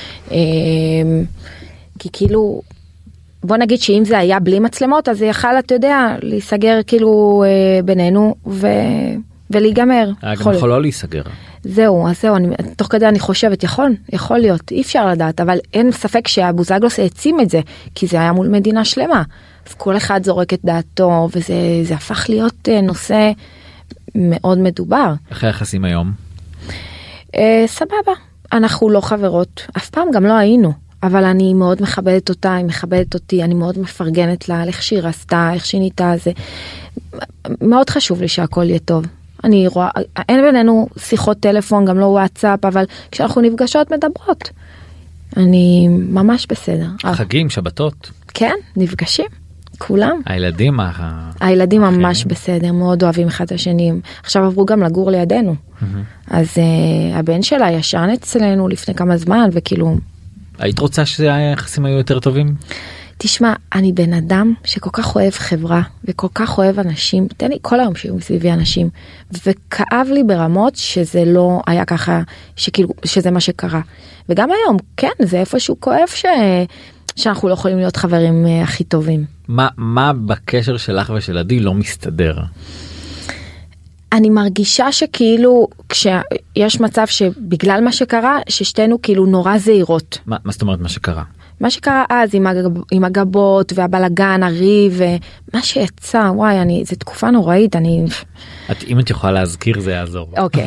כי כאילו, בוא נגיד שאם זה היה בלי מצלמות, אז זה יכל, אתה יודע, להיסגר כאילו בינינו ולהיגמר. היה גם יכול לא להיסגר. זהו, תוך כדי אני חושבת, יכול להיות, אי אפשר לדעת, אבל אין ספק שהבוזגלוס העצים את זה, כי זה היה מול מדינה שלמה. אז כל אחד זורק את דעתו, וזה הפך להיות נושא מאוד מדובר. איך היחסים היום? סבבה, אנחנו לא חברות, אף פעם גם לא היינו, אבל אני מאוד מכבדת אותה, היא מכבדת אותי, אני מאוד מפרגנת לה, איך שהיא רסתה, איך שהיא ניתה, זה מאוד חשוב לי שהכל יהיה טוב. אני רואה, אין בינינו שיחות טלפון, גם לא וואטסאפ, אבל כשאנחנו נפגשות מדברות. אני ממש בסדר. חגים, שבתות. כן, נפגשים. כולם. הילדים ממש בסדר, מאוד אוהבים אחד את השני. עכשיו עברו גם לגור לידינו. אז הבן שלה ישן אצלנו לפני כמה זמן, וכאילו... היית רוצה שהיחסים היו יותר טובים? תשמע, אני בן אדם שכל כך אוהב חברה, וכל כך אוהב אנשים, תן לי כל היום שיהיו מסביבי אנשים, וכאב לי ברמות שזה לא היה ככה, שזה מה שקרה. וגם היום, כן, זה איפשהו כואב שאנחנו לא יכולים להיות חברים הכי טובים. מה בקשר שלך ושל עדי לא מסתדר? אני מרגישה שכאילו, כשיש מצב שבגלל מה שקרה, ששתינו כאילו נורא זהירות. מה זאת אומרת מה שקרה? מה שקרה אז עם הגבות והבלגן, הריב, ומה שיצא, וואי, זו תקופה נוראית, אם את יכולה להזכיר זה יעזור. אוקיי.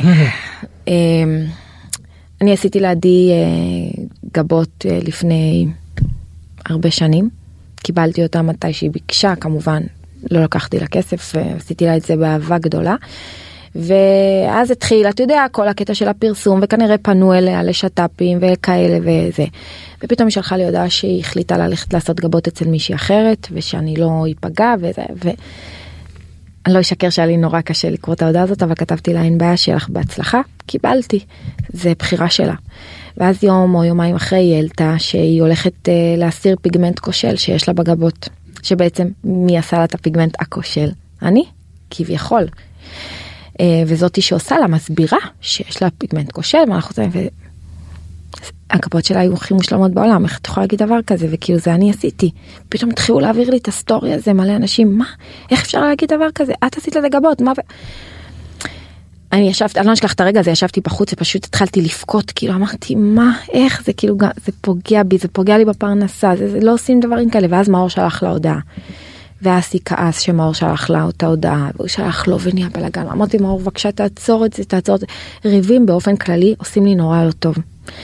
אני עשיתי לעדי גבות לפני הרבה שנים, קיבלתי אותה מתי שהיא ביקשה, כמובן לא לקחתי לה כסף, עשיתי לה את זה באהבה גדולה, ואז התחיל, אתה יודע, כל הקטע של הפרסום, וכנראה פנו אליה לשטאפים וכאלה וזה, ופתאום היא שלחה לי הודעה שהיא החליטה ללכת לעשות גבות אצל מישהי אחרת, ושאני לא ייפגע וזה, אני לא אשקר שהיה לי נורא קשה לקרוא את ההודעה הזאת, אבל כתבתי לה, אין בעיה, שיהיה לך בהצלחה, קיבלתי, זה בחירה שלה. ואז יום או יומיים אחרי היא העלתה שהיא הולכת להסיר פיגמנט כושל שיש לה בגבות, שבעצם מי עשה לה את הפיגמנט הכושל? אני, כביכול. וזאתי שעושה לה מסבירה שיש לה פיגמנט כושל, ואנחנו יודעים, הגבות שלה היו הכי מושלמות בעולם, איך את יכולה להגיד דבר כזה, וכאילו זה אני עשיתי. פתאום התחילו להעביר לי את הסטורי הזה, מלא אנשים, מה? איך אפשר להגיד דבר כזה? את עשית לזה גבות, מה? אני לא אשכח את הרגע הזה, ישבתי בחוץ, ופשוט התחלתי לפקות, כאילו אמרתי, מה? איך? זה כאילו, זה פוגע בי, זה פוגע לי בפרנסה, זה לא עושים דברים כאלה, ואז מאור שלח לה הודעה. ואז היא כעס שמאור שלח לה אותה הודעה, והוא שלח לו ונהיה בלגן. אמרתי, מאור, בבקשה, תעצור את זה, תעצור את זה. ריבים באופן כללי עושים לי נורא לא טוב.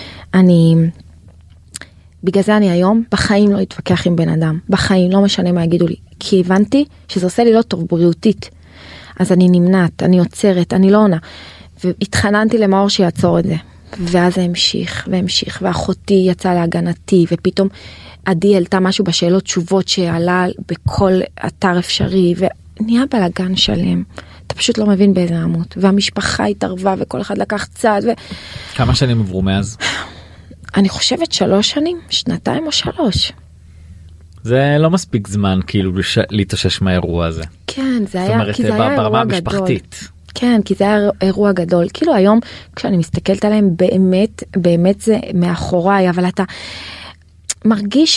בגלל זה אני היום בחיים לא אתווכח עם בן אדם, בחיים לא משנה מה יגידו לי, כי הבנתי שזה עושה לי לא טוב בריאותית, אז אני נמנעת, אני עוצרת, אני לא עונה, והתחננתי למאור שיעצור את זה, ואז זה המשיך והמשיך, ואחותי יצאה להגנתי, ופתאום עדי העלתה משהו בשאלות תשובות שעלה בכל אתר אפשרי, ונהיה בלגן שלם, אתה פשוט לא מבין באיזה עמות, והמשפחה התערבה וכל אחד לקח צעד. כמה שנים עברו מאז? אני חושבת 3 שנים, 2 או 3. זה לא מספיק זמן כאילו להתאושש מהאירוע הזה. כן, זה היה, כי זה היה אירוע גדול. כן, כי זה היה אירוע גדול. כאילו היום כשאני מסתכלת עליהם באמת זה מאחוריי, אבל אתה מרגיש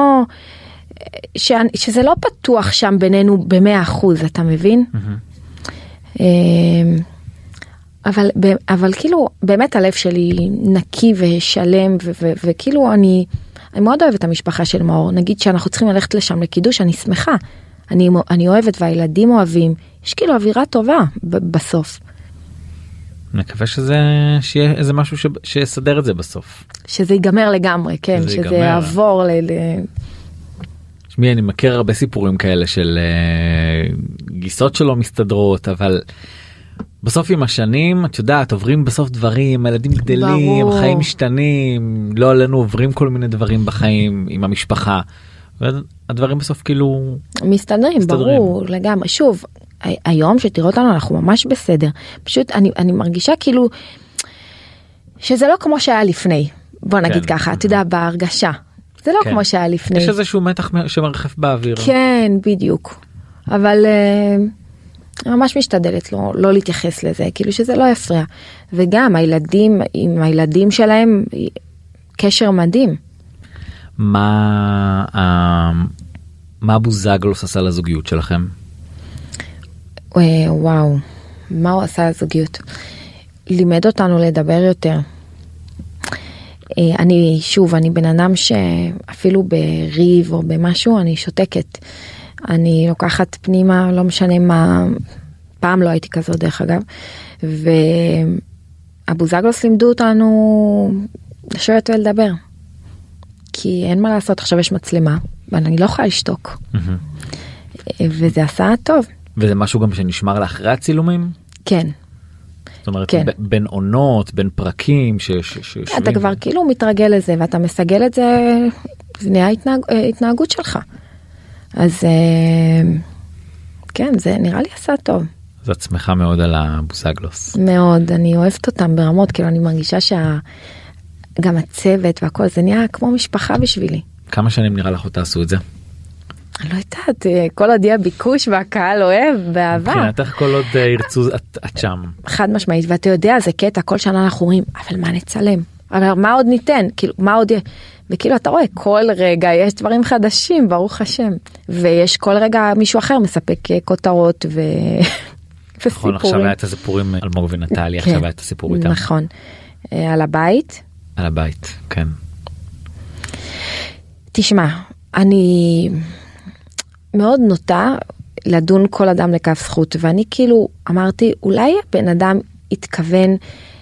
שזה לא פתוח שם בינינו ב100%, אתה מבין? אבל כאילו באמת הלב שלי נקי ושלם, וכאילו אני מאוד אוהבת את המשפחה של מאור. נגיד שאנחנו צריכים ללכת לשם לקידוש, אני שמחה, אני אוהבת והילדים אוהבים, יש כאילו אווירה טובה בסוף. מקווה שיהיה איזה משהו שיסדר את זה בסוף. שזה ייגמר לגמרי, כן, שזה יעבור שמי, אני מכיר הרבה סיפורים כאלה של גיסות שלא מסתדרות, אבל בסוף עם השנים, את יודעת, עוברים בסוף דברים, הילדים גדלים, חיים משתנים, לא עלינו עוברים כל מיני דברים בחיים עם המשפחה, והדברים בסוף כאילו מסתדרים, ברור, לגמרי. שוב, היום שתראו אותנו אנחנו ממש בסדר, פשוט אני מרגישה כאילו שזה לא כמו שהיה לפני, בוא נגיד ככה, אתה יודע, בהרגשה, זה לא כמו שהיה לפני. יש איזשהו מתח שמרחף באוויר. כן, בדיוק, אבל ממש משתדלת לא להתייחס לזה, כאילו שזה לא יפריע, וגם הילדים, עם הילדים שלהם, קשר מדהים. מה הבוזגלוס עשה לזוגיות שלכם? וואו, מה הוא עשה לזוגיות? לימד אותנו לדבר יותר. אני בן אדם שאפילו בריב או במשהו, אני שותקת. אני לוקחת פנימה, לא משנה מה, פעם לא הייתי כזאת דרך אגב, והבוזגלוס לימדו אותנו לשבת ולדבר. כי אין מה לעשות, עכשיו יש מצלמה, ואני לא יכולה לשתוק. וזה עשה טוב. וזה משהו גם שנשמר לאחרי הצילומים? כן. זאת אומרת, בין עונות, בין פרקים, אתה כבר כאילו מתרגל לזה, ואתה מסגל את זה, זה נהיה התנהגות שלך. אז כן, זה נראה לי עשה טוב. אז את שמחה מאוד על הבוזגלוס. מאוד, אני אוהבת אותם ברמות, כאילו אני מרגישה גם הצוות והכל, זה נהיה כמו משפחה בשבילי. כמה שנים נראה לך תעשו את זה? אני לא יודעת, כל עוד יהיה ביקוש והקהל אוהב, באהבה. מבחינתך כל עוד ירצו, את שם. חד משמעית, ואתה יודע, זה קטע, כל שנה אנחנו אומרים, אבל מה נצלם? אבל מה עוד ניתן? כאילו, מה עוד יהיה? וכאילו, אתה רואה, כל רגע יש דברים חדשים, ברוך השם. ויש כל רגע מישהו אחר מספק כותרות וסיפורים. נכון, עכשיו היה את הסיפורים על אלמוג ונטלי, עכשיו היה את הסיפור איתם. נכון. על הבית. על הבית, כן. תשמע, אני מאוד נוטה לדון כל אדם לכף זכות, ואני כאילו אמרתי, אולי הבן אדם התכוון,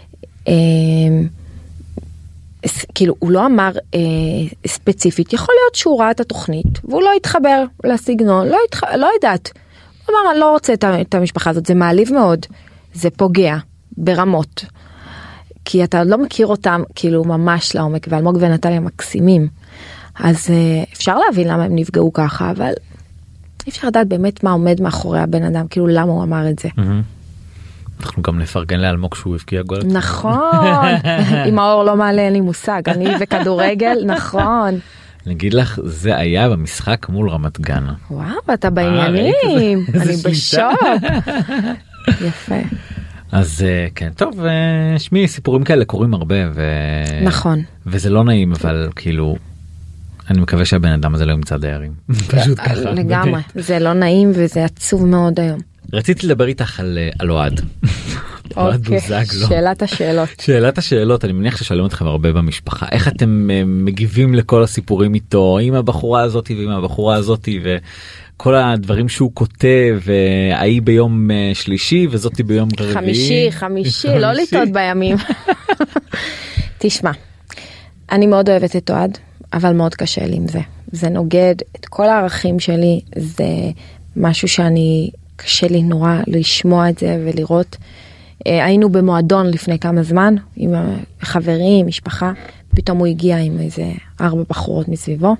כאילו הוא לא אמר ספציפית, יכול להיות שהוא ראה את התוכנית, והוא לא התחבר לסגנון, לא יודעת. הוא אמר, אני לא רוצה את המשפחה הזאת, זה מעליב מאוד, זה פוגע ברמות. כי אתה לא מכיר אותם כאילו ממש לעומק, ואלמוג ונטליה מקסימים. אז אפשר להבין למה הם נפגעו ככה, אבל אי אפשר לדעת באמת מה עומד מאחורי הבן אדם, כאילו למה הוא אמר את זה. אנחנו גם נפרגן לאלמוג שהוא הבקיע גול. נכון, עם האור לא מעלה, אין לי מושג, אני בכדורגל, נכון. אני אגיד לך, זה היה במשחק מול רמת גן. וואו, אתה בעניינים, אני בשוק. יפה. אז כן, טוב, שמי, סיפורים כאלה קורים הרבה, נכון. וזה לא נעים, אבל כאילו, אני מקווה שהבן אדם הזה לא ימצא דיירים. פשוט ככה. לגמרי, זה לא נעים וזה עצוב מאוד היום. רציתי לדבר איתך על אוהד. אוקיי, שאלת השאלות. שאלת השאלות, אני מניח ששואלים אתכם הרבה במשפחה, איך אתם מגיבים לכל הסיפורים איתו, עם הבחורה הזאת ועם הבחורה הזאת, כל הדברים שהוא כותב, ההיא ביום שלישי וזאתי ביום רביעי. חמישי, לא לטעות בימים. תשמע, אני מאוד אוהבת את אוהד, אבל מאוד קשה לי עם זה. זה נוגד את כל הערכים שלי, זה משהו שאני, קשה לי נורא לשמוע את זה ולראות. היינו במועדון לפני כמה זמן, עם חברים, משפחה, פתאום הוא הגיע עם איזה 4 בחורות מסביבו.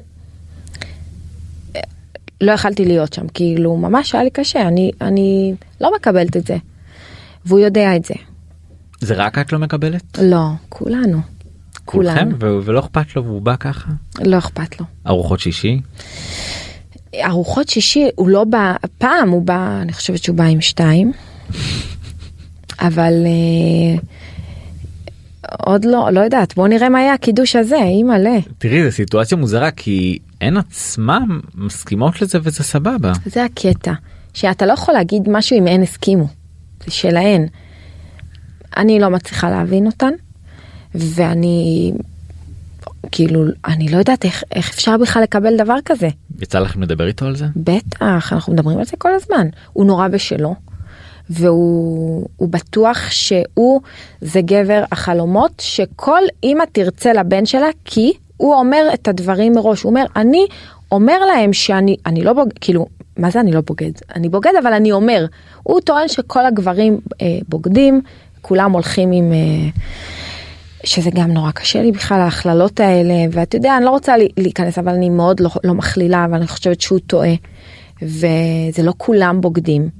לא יכלתי להיות שם, כאילו ממש היה לי קשה, אני לא מקבלת את זה, והוא יודע את זה. זה רק את לא מקבלת? לא, כולנו. כולכם? ולא אכפת לו והוא בא ככה? לא אכפת לו. ארוחות שישי? ארוחות שישי, הוא לא בא, פעם הוא בא, אני חושבת שהוא בא עם 2, אבל עוד לא יודעת, בוא נראה מה היה הקידוש הזה, היא מלא. תראי, זו סיטואציה מוזרה, כי הן עצמם מסכימות לזה וזה סבבה. זה הקטע, שאתה לא יכול להגיד משהו אם הן הסכימו, זה שלהן. אני לא מצליחה להבין אותן, ואני, כאילו, אני לא יודעת איך אפשר בכלל לקבל דבר כזה. יצא לכם לדבר איתו על זה? בטח, אנחנו מדברים על זה כל הזמן. הוא נורא בשלו, והוא בטוח שהוא זה גבר החלומות, שכל אמא תרצה לבן שלה, כי הוא אומר את הדברים מראש, הוא אומר, אני אומר להם שאני לא בוגד, כאילו, מה זה אני לא בוגד? אני בוגד, אבל אני אומר, הוא טוען שכל הגברים בוגדים, כולם הולכים עם... שזה גם נורא קשה לי בכלל, ההכללות האלה, ואתה יודע, אני לא רוצה להיכנס, אבל אני מאוד לא מכלילה, ואני חושבת שהוא טועה, וזה לא כולם בוגדים,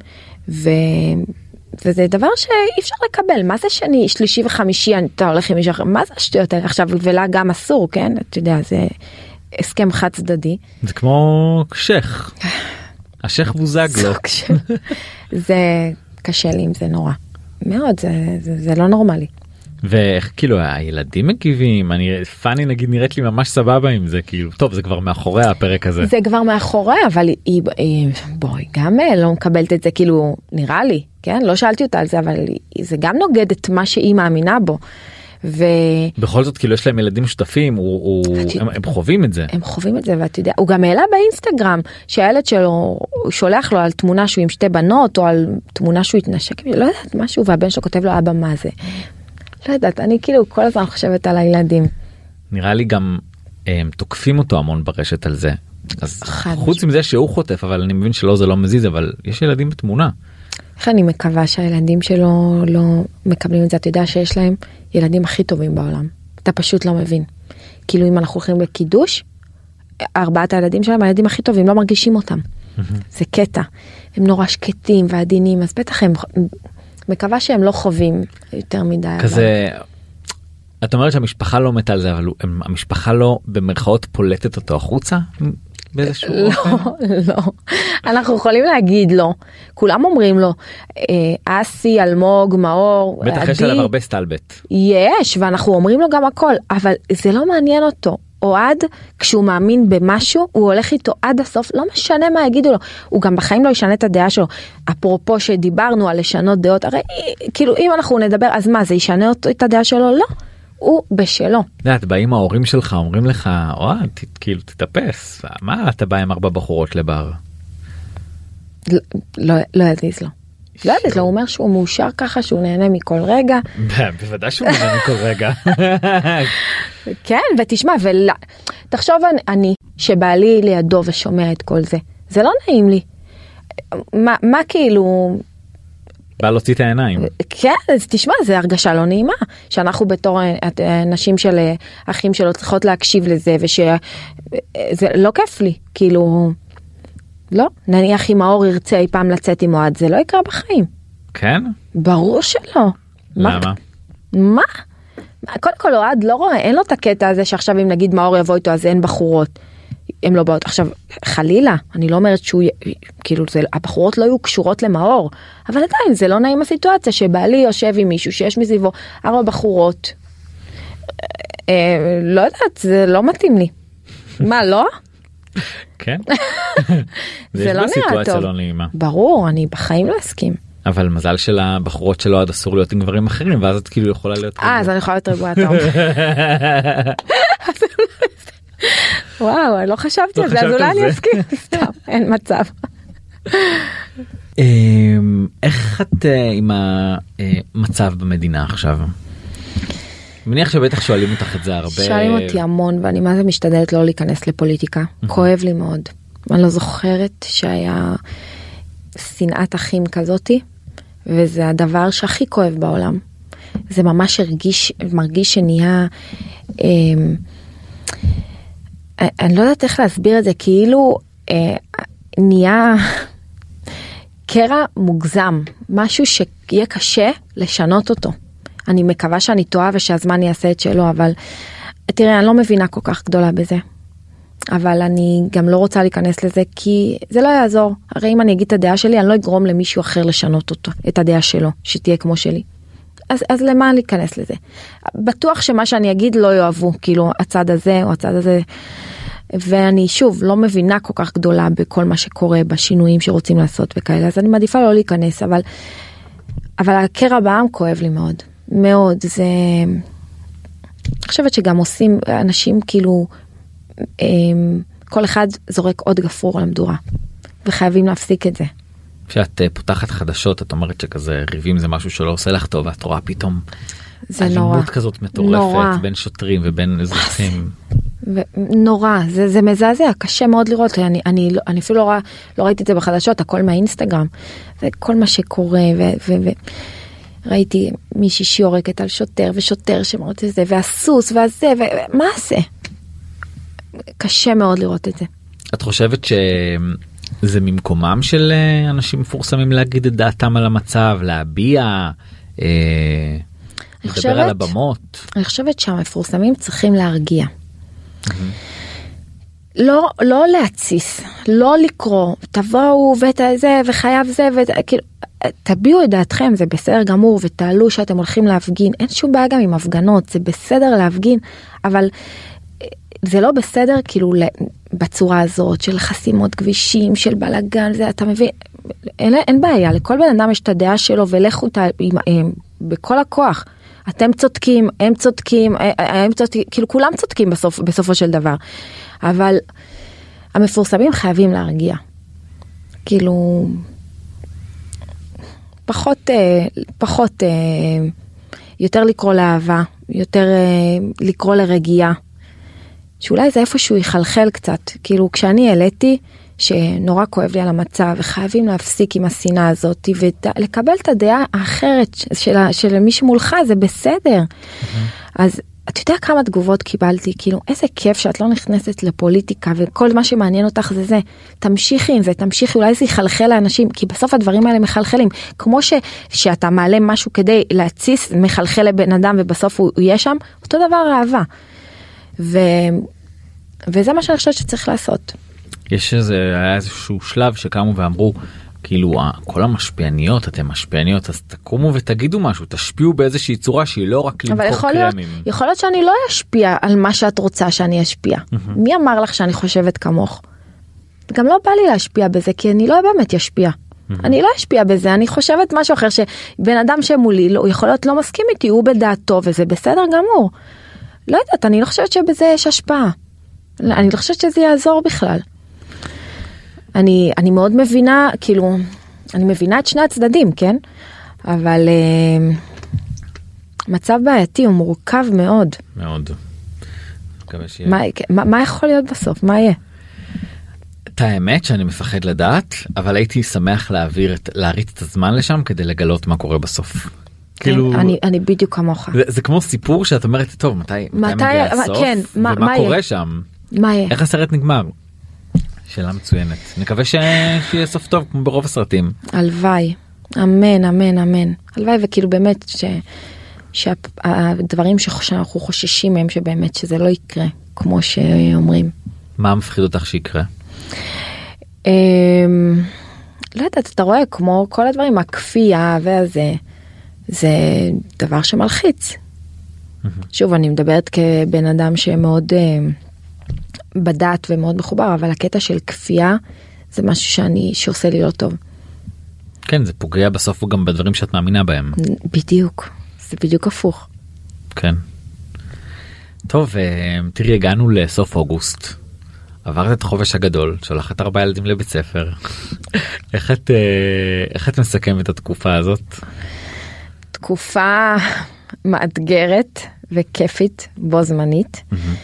וזה דבר שאי אפשר לקבל, מה זה שני, שלישי וחמישי, אתה הולך עם מישהו אחר, מה זה השטויות האלה? עכשיו, ולה גם אסור, כן? אתה יודע, זה הסכם חד צדדי. זה כמו שייך, השייך בוזג לו. זה קשה לי אם זה נורא, מאוד, זה לא נורמלי. ואיך כאילו הילדים מגיבים, פאני נגיד נראית לי ממש סבבה עם זה, כאילו טוב זה כבר מאחורי הפרק הזה. זה כבר מאחורי, אבל היא בואי גם לא מקבלת את זה, כאילו נראה לי, כן? לא שאלתי אותה על זה, אבל זה גם נוגד את מה שהיא מאמינה בו. בכל זאת כאילו יש להם ילדים שותפים, הם חווים את זה. הם חווים את זה, ואתה יודע, הוא גם העלה באינסטגרם שהילד שלו שולח לו על תמונה שהוא עם שתי בנות, או על תמונה שהוא התנשק, לא יודעת משהו, והבן שלו כותב לו אבא מה זה. לא יודעת, אני כאילו כל הזמן חושבת על הילדים. נראה לי גם תוקפים אותו המון ברשת על זה. אז חוץ מזה שהוא חוטף, אבל אני מבין שלא זה לא מזיז, אבל יש ילדים בתמונה. איך אני מקווה שהילדים שלו לא מקבלים את זה, אתה יודע שיש להם ילדים הכי טובים בעולם. אתה פשוט לא מבין. כאילו אם אנחנו הולכים לקידוש, 4 הילדים שלהם, הילדים הכי טובים, לא מרגישים אותם. זה קטע. הם נורא שקטים ועדינים, אז בטח הם... מקווה שהם לא חווים יותר מדי. כזה, את אומרת שהמשפחה לא מתה על זה, אבל המשפחה לא במרכאות פולטת אותו החוצה? באיזשהו אופן? לא. אנחנו יכולים להגיד לו, כולם אומרים לו, אסי, אלמוג, מאור, בטח יש עליו הרבה סטלבט. יש, ואנחנו אומרים לו גם הכל, אבל זה לא מעניין אותו. אוהד, כשהוא מאמין במשהו, הוא הולך איתו עד הסוף, לא משנה מה יגידו לו, הוא גם בחיים לא ישנה את הדעה שלו. אפרופו שדיברנו על לשנות דעות, הרי כאילו אם אנחנו נדבר, אז מה, זה ישנה אותו את הדעה שלו? לא, הוא בשלו. את באים ההורים שלך, אומרים לך, אוהד, כאילו תתאפס, מה אתה בא עם 4 בחורות לבר? לא יזיז לו. לא יודעת, הוא אומר שהוא מאושר ככה, שהוא נהנה מכל רגע. בוודאי שהוא נהנה מכל רגע. כן, ותשמע, תחשוב אני, שבעלי לידו ושומע את כל זה. זה לא נעים לי. מה כאילו... בא להוציא את העיניים. כן, אז תשמע, זה הרגשה לא נעימה. שאנחנו בתור נשים של אחים שלו צריכות להקשיב לזה, ושזה לא כיף לי. כאילו... לא, נניח אם האור ירצה אי פעם לצאת עם אוהד, זה לא יקרה בחיים. כן? ברור שלא. למה? מה? קודם כל אוהד לא רואה, אין לו את הקטע הזה שעכשיו אם נגיד מאור יבוא איתו אז אין בחורות. הם לא באות. עכשיו, חלילה, אני לא אומרת שהוא, כאילו הבחורות לא יהיו קשורות למאור, אבל עדיין זה לא נעים הסיטואציה שבעלי יושב עם מישהו שיש מסביבו 4 בחורות. לא יודעת, זה לא מתאים לי. מה, לא? כן. זה לא נראה טוב. לא נעימה. ברור, אני בחיים לא אסכים. אבל מזל של הבחורות שלו עד אסור להיות עם גברים אחרים, ואז את כאילו יכולה להיות רגועה. אז אני יכולה להיות רגועה, טוב. וואו, אני לא חשבתי על זה, אז אולי אני אסכים. סתם, אין מצב. איך את עם המצב במדינה עכשיו? מניח שבטח שואלים אותך את זה הרבה. שואלים אותי המון, ואני מה זה משתדלת לא להיכנס לפוליטיקה. כואב לי מאוד. אני לא זוכרת שהיה שנאת אחים כזאתי, וזה הדבר שהכי כואב בעולם. זה ממש מרגיש שנהיה, אני לא יודעת איך להסביר את זה, כאילו נהיה קרע מוגזם, משהו שיהיה קשה לשנות אותו. אני מקווה שאני טועה ושהזמן יעשה את שלו, אבל תראה, אני לא מבינה כל כך גדולה בזה. אבל אני גם לא רוצה להיכנס לזה, כי זה לא יעזור. הרי אם אני אגיד את הדעה שלי, אני לא אגרום למישהו אחר לשנות אותו, את הדעה שלו, שתהיה כמו שלי. אז למה להיכנס לזה? בטוח שמה שאני אגיד לא יאהבו, כאילו הצד הזה או הצד הזה. ואני שוב לא מבינה כל כך גדולה בכל מה שקורה, בשינויים שרוצים לעשות וכאלה, אז אני מעדיפה לא להיכנס, אבל הקרע בעם כואב לי מאוד. מאוד, זה... אני חושבת שגם עושים אנשים כאילו, כל אחד זורק עוד גפרור על המדורה, וחייבים להפסיק את זה. כשאת פותחת חדשות, את אומרת שכזה ריבים זה משהו שלא עושה לך טוב, ואת רואה פתאום זה נורא. אלימות כזאת מטורפת בין שוטרים ובין אזרחים. נורא, זה מזעזע, קשה מאוד לראות, אני אפילו לא ראיתי את זה בחדשות, הכל מהאינסטגרם, וכל מה שקורה, ראיתי מישהי שיורקת על שוטר, ושוטר שמרות את זה, והסוס, והזה, ומה זה? קשה מאוד לראות את זה. את חושבת שזה ממקומם של אנשים מפורסמים להגיד את דעתם על המצב, להביע, לדבר על הבמות? אני חושבת שהמפורסמים צריכים להרגיע. לא להציס, לא לקרוא, תבואו וזה וחייב זה, כאילו, תביעו את דעתכם, זה בסדר גמור, ותעלו שאתם הולכים להפגין, אין שום בעיה גם עם הפגנות, זה בסדר להפגין, אבל זה לא בסדר כאילו בצורה הזאת של חסימות כבישים, של בלגן, זה אתה מבין, אין בעיה, לכל בן אדם יש את הדעה שלו, ולכו בכל הכוח. אתם צודקים, הם צודקים, כאילו כולם צודקים בסופו של דבר. אבל המפורסמים חייבים להרגיע. כאילו, פחות, יותר לקרוא לאהבה, יותר לקרוא לרגיעה. שאולי זה איפשהו יחלחל קצת. כאילו, כשאני העליתי שנורא כואב לי על המצב, וחייבים להפסיק עם השנאה הזאת, ולקבל את הדעה האחרת של מי שמולך, זה בסדר. אז אתה יודע כמה תגובות קיבלתי, כאילו, איזה כיף שאת לא נכנסת לפוליטיקה, וכל מה שמעניין אותך זה זה. תמשיכי עם זה, תמשיכי, אולי זה יחלחל לאנשים, כי בסוף הדברים האלה מחלחלים. כמו שאתה מעלה משהו כדי להציס, מחלחל לבן אדם, ובסוף הוא יהיה שם, אותו דבר אהבה. וזה מה שאני חושבת שצריך לעשות. היה איזשהו שלב שקמו ואמרו, כאילו, כל המשפיעניות, אתם משפיעניות, אז תקומו ותגידו משהו, תשפיעו באיזושהי צורה שהיא לא רק למכור קרמים. יכול להיות שאני לא אשפיע על מה שאת רוצה שאני אשפיע. מי אמר לך שאני חושבת כמוך? גם לא בא לי להשפיע בזה, כי אני לא באמת אשפיע. אני לא אשפיע בזה, אני חושבת משהו אחר, שבן אדם שמולי, הוא יכול להיות לא מסכים איתי, הוא בדעתו, וזה בסדר גמור. לא יודעת, אני לא חושבת שבזה יש השפעה. אני לא חושבת שזה יעזור בכלל. אני מאוד מבינה, כאילו, אני מבינה את שני הצדדים, כן? אבל מצב בעייתי הוא מורכב מאוד. מאוד. מה יכול להיות בסוף? מה יהיה? את האמת שאני מפחד לדעת, אבל הייתי שמח להריץ את הזמן לשם כדי לגלות מה קורה בסוף. כאילו, אני בדיוק כמוך. זה כמו סיפור שאת אומרת, טוב, מתי מגיע הסוף? כן, ומה קורה שם? מה יהיה? איך הסרט נגמר? שאלה מצוינת. נקווה שיהיה סוף טוב כמו ברוב הסרטים. הלוואי. אמן, אמן, אמן. הלוואי וכאילו באמת שהדברים שאנחנו חוששים מהם שבאמת שזה לא יקרה כמו שאומרים. מה מפחיד אותך שיקרה? לא יודעת, אתה רואה כמו כל הדברים, הכפייה והזה, זה דבר שמלחיץ. שוב, אני מדברת כבן אדם שמאוד בדעת ומאוד מחובר, אבל הקטע של כפייה זה משהו שעושה לי לא טוב. כן, זה פוגע בסוף גם בדברים שאת מאמינה בהם. בדיוק, זה בדיוק הפוך. כן. טוב, תראי, הגענו לסוף אוגוסט. עברת את החופש הגדול, שולחת 4 ילדים לבית ספר. איך את מסכמת את התקופה הזאת? תקופה מאתגרת וכיפית בו זמנית.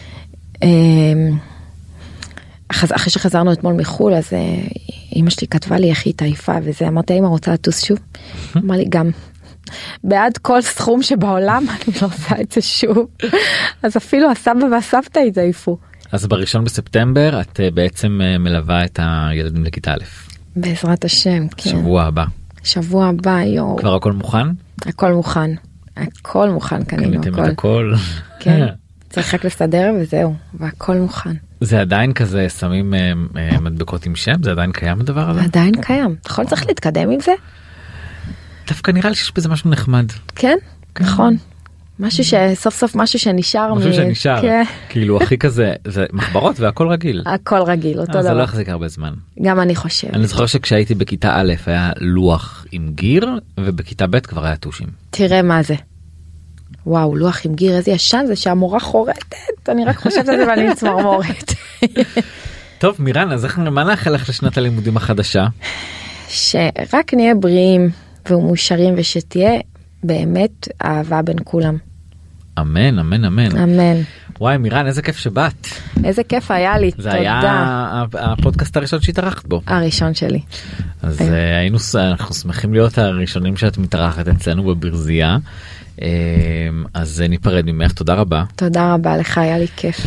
אחרי שחזרנו אתמול מחול, אז אמא שלי כתבה לי איך היא תעיפה וזה, אמרתי, אמא רוצה לטוס שוב? אמר לי גם, בעד כל סכום שבעולם אני לא עושה את זה שוב. אז אפילו הסבא והסבתא התעיפו. אז ב1 בספטמבר את בעצם מלווה את הילדים לכיתה א'. בעזרת השם, כן. שבוע הבא. שבוע הבא, יו. כבר הכל מוכן? הכל מוכן. הכל מוכן, קנינו הכל. קניתם את הכל. כן. צריך רק לסדר וזהו, והכל מוכן. זה עדיין כזה, שמים מדבקות עם שם? זה עדיין קיים הדבר הזה? עדיין קיים. נכון, צריך להתקדם עם זה? דווקא נראה לי שיש בזה משהו נחמד. כן, נכון. משהו שסוף סוף משהו שנשאר. משהו שנשאר. כאילו הכי כזה, זה מחברות והכל רגיל. הכל רגיל, אותו דבר. זה לא יחזיק הרבה זמן. גם אני חושב. אני זוכר שכשהייתי בכיתה א' היה לוח עם גיר, ובכיתה ב' כבר היה טושים. תראה מה זה. וואו, לוח עם גיר, איזה ישן זה שהמורה חורטת. אני רק חושבת על זה ואני מצמרמורת. טוב, מירן, אז מה נאחל לך לשנת הלימודים החדשה? שרק נהיה בריאים ומאושרים ושתהיה באמת אהבה בין כולם. אמן, אמן, אמן. אמן. וואי, מירן, איזה כיף שבאת. איזה כיף היה לי, זה תודה. היה הפודקאסט הראשון שהתארחת בו. הראשון שלי. אז אנחנו שמחים להיות הראשונים שאת מתארחת אצלנו בברזייה. אז ניפרד ממך, תודה רבה. תודה רבה לך, היה לי כיף.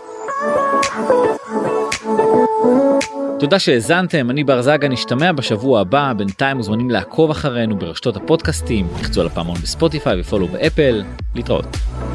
תודה שהאזנתם, אני בר זגה, נשתמע בשבוע הבא, בינתיים מוזמנים לעקוב אחרינו ברשתות הפודקאסטים, לחצו על הפעמון בספוטיפיי ופולו באפל, להתראות.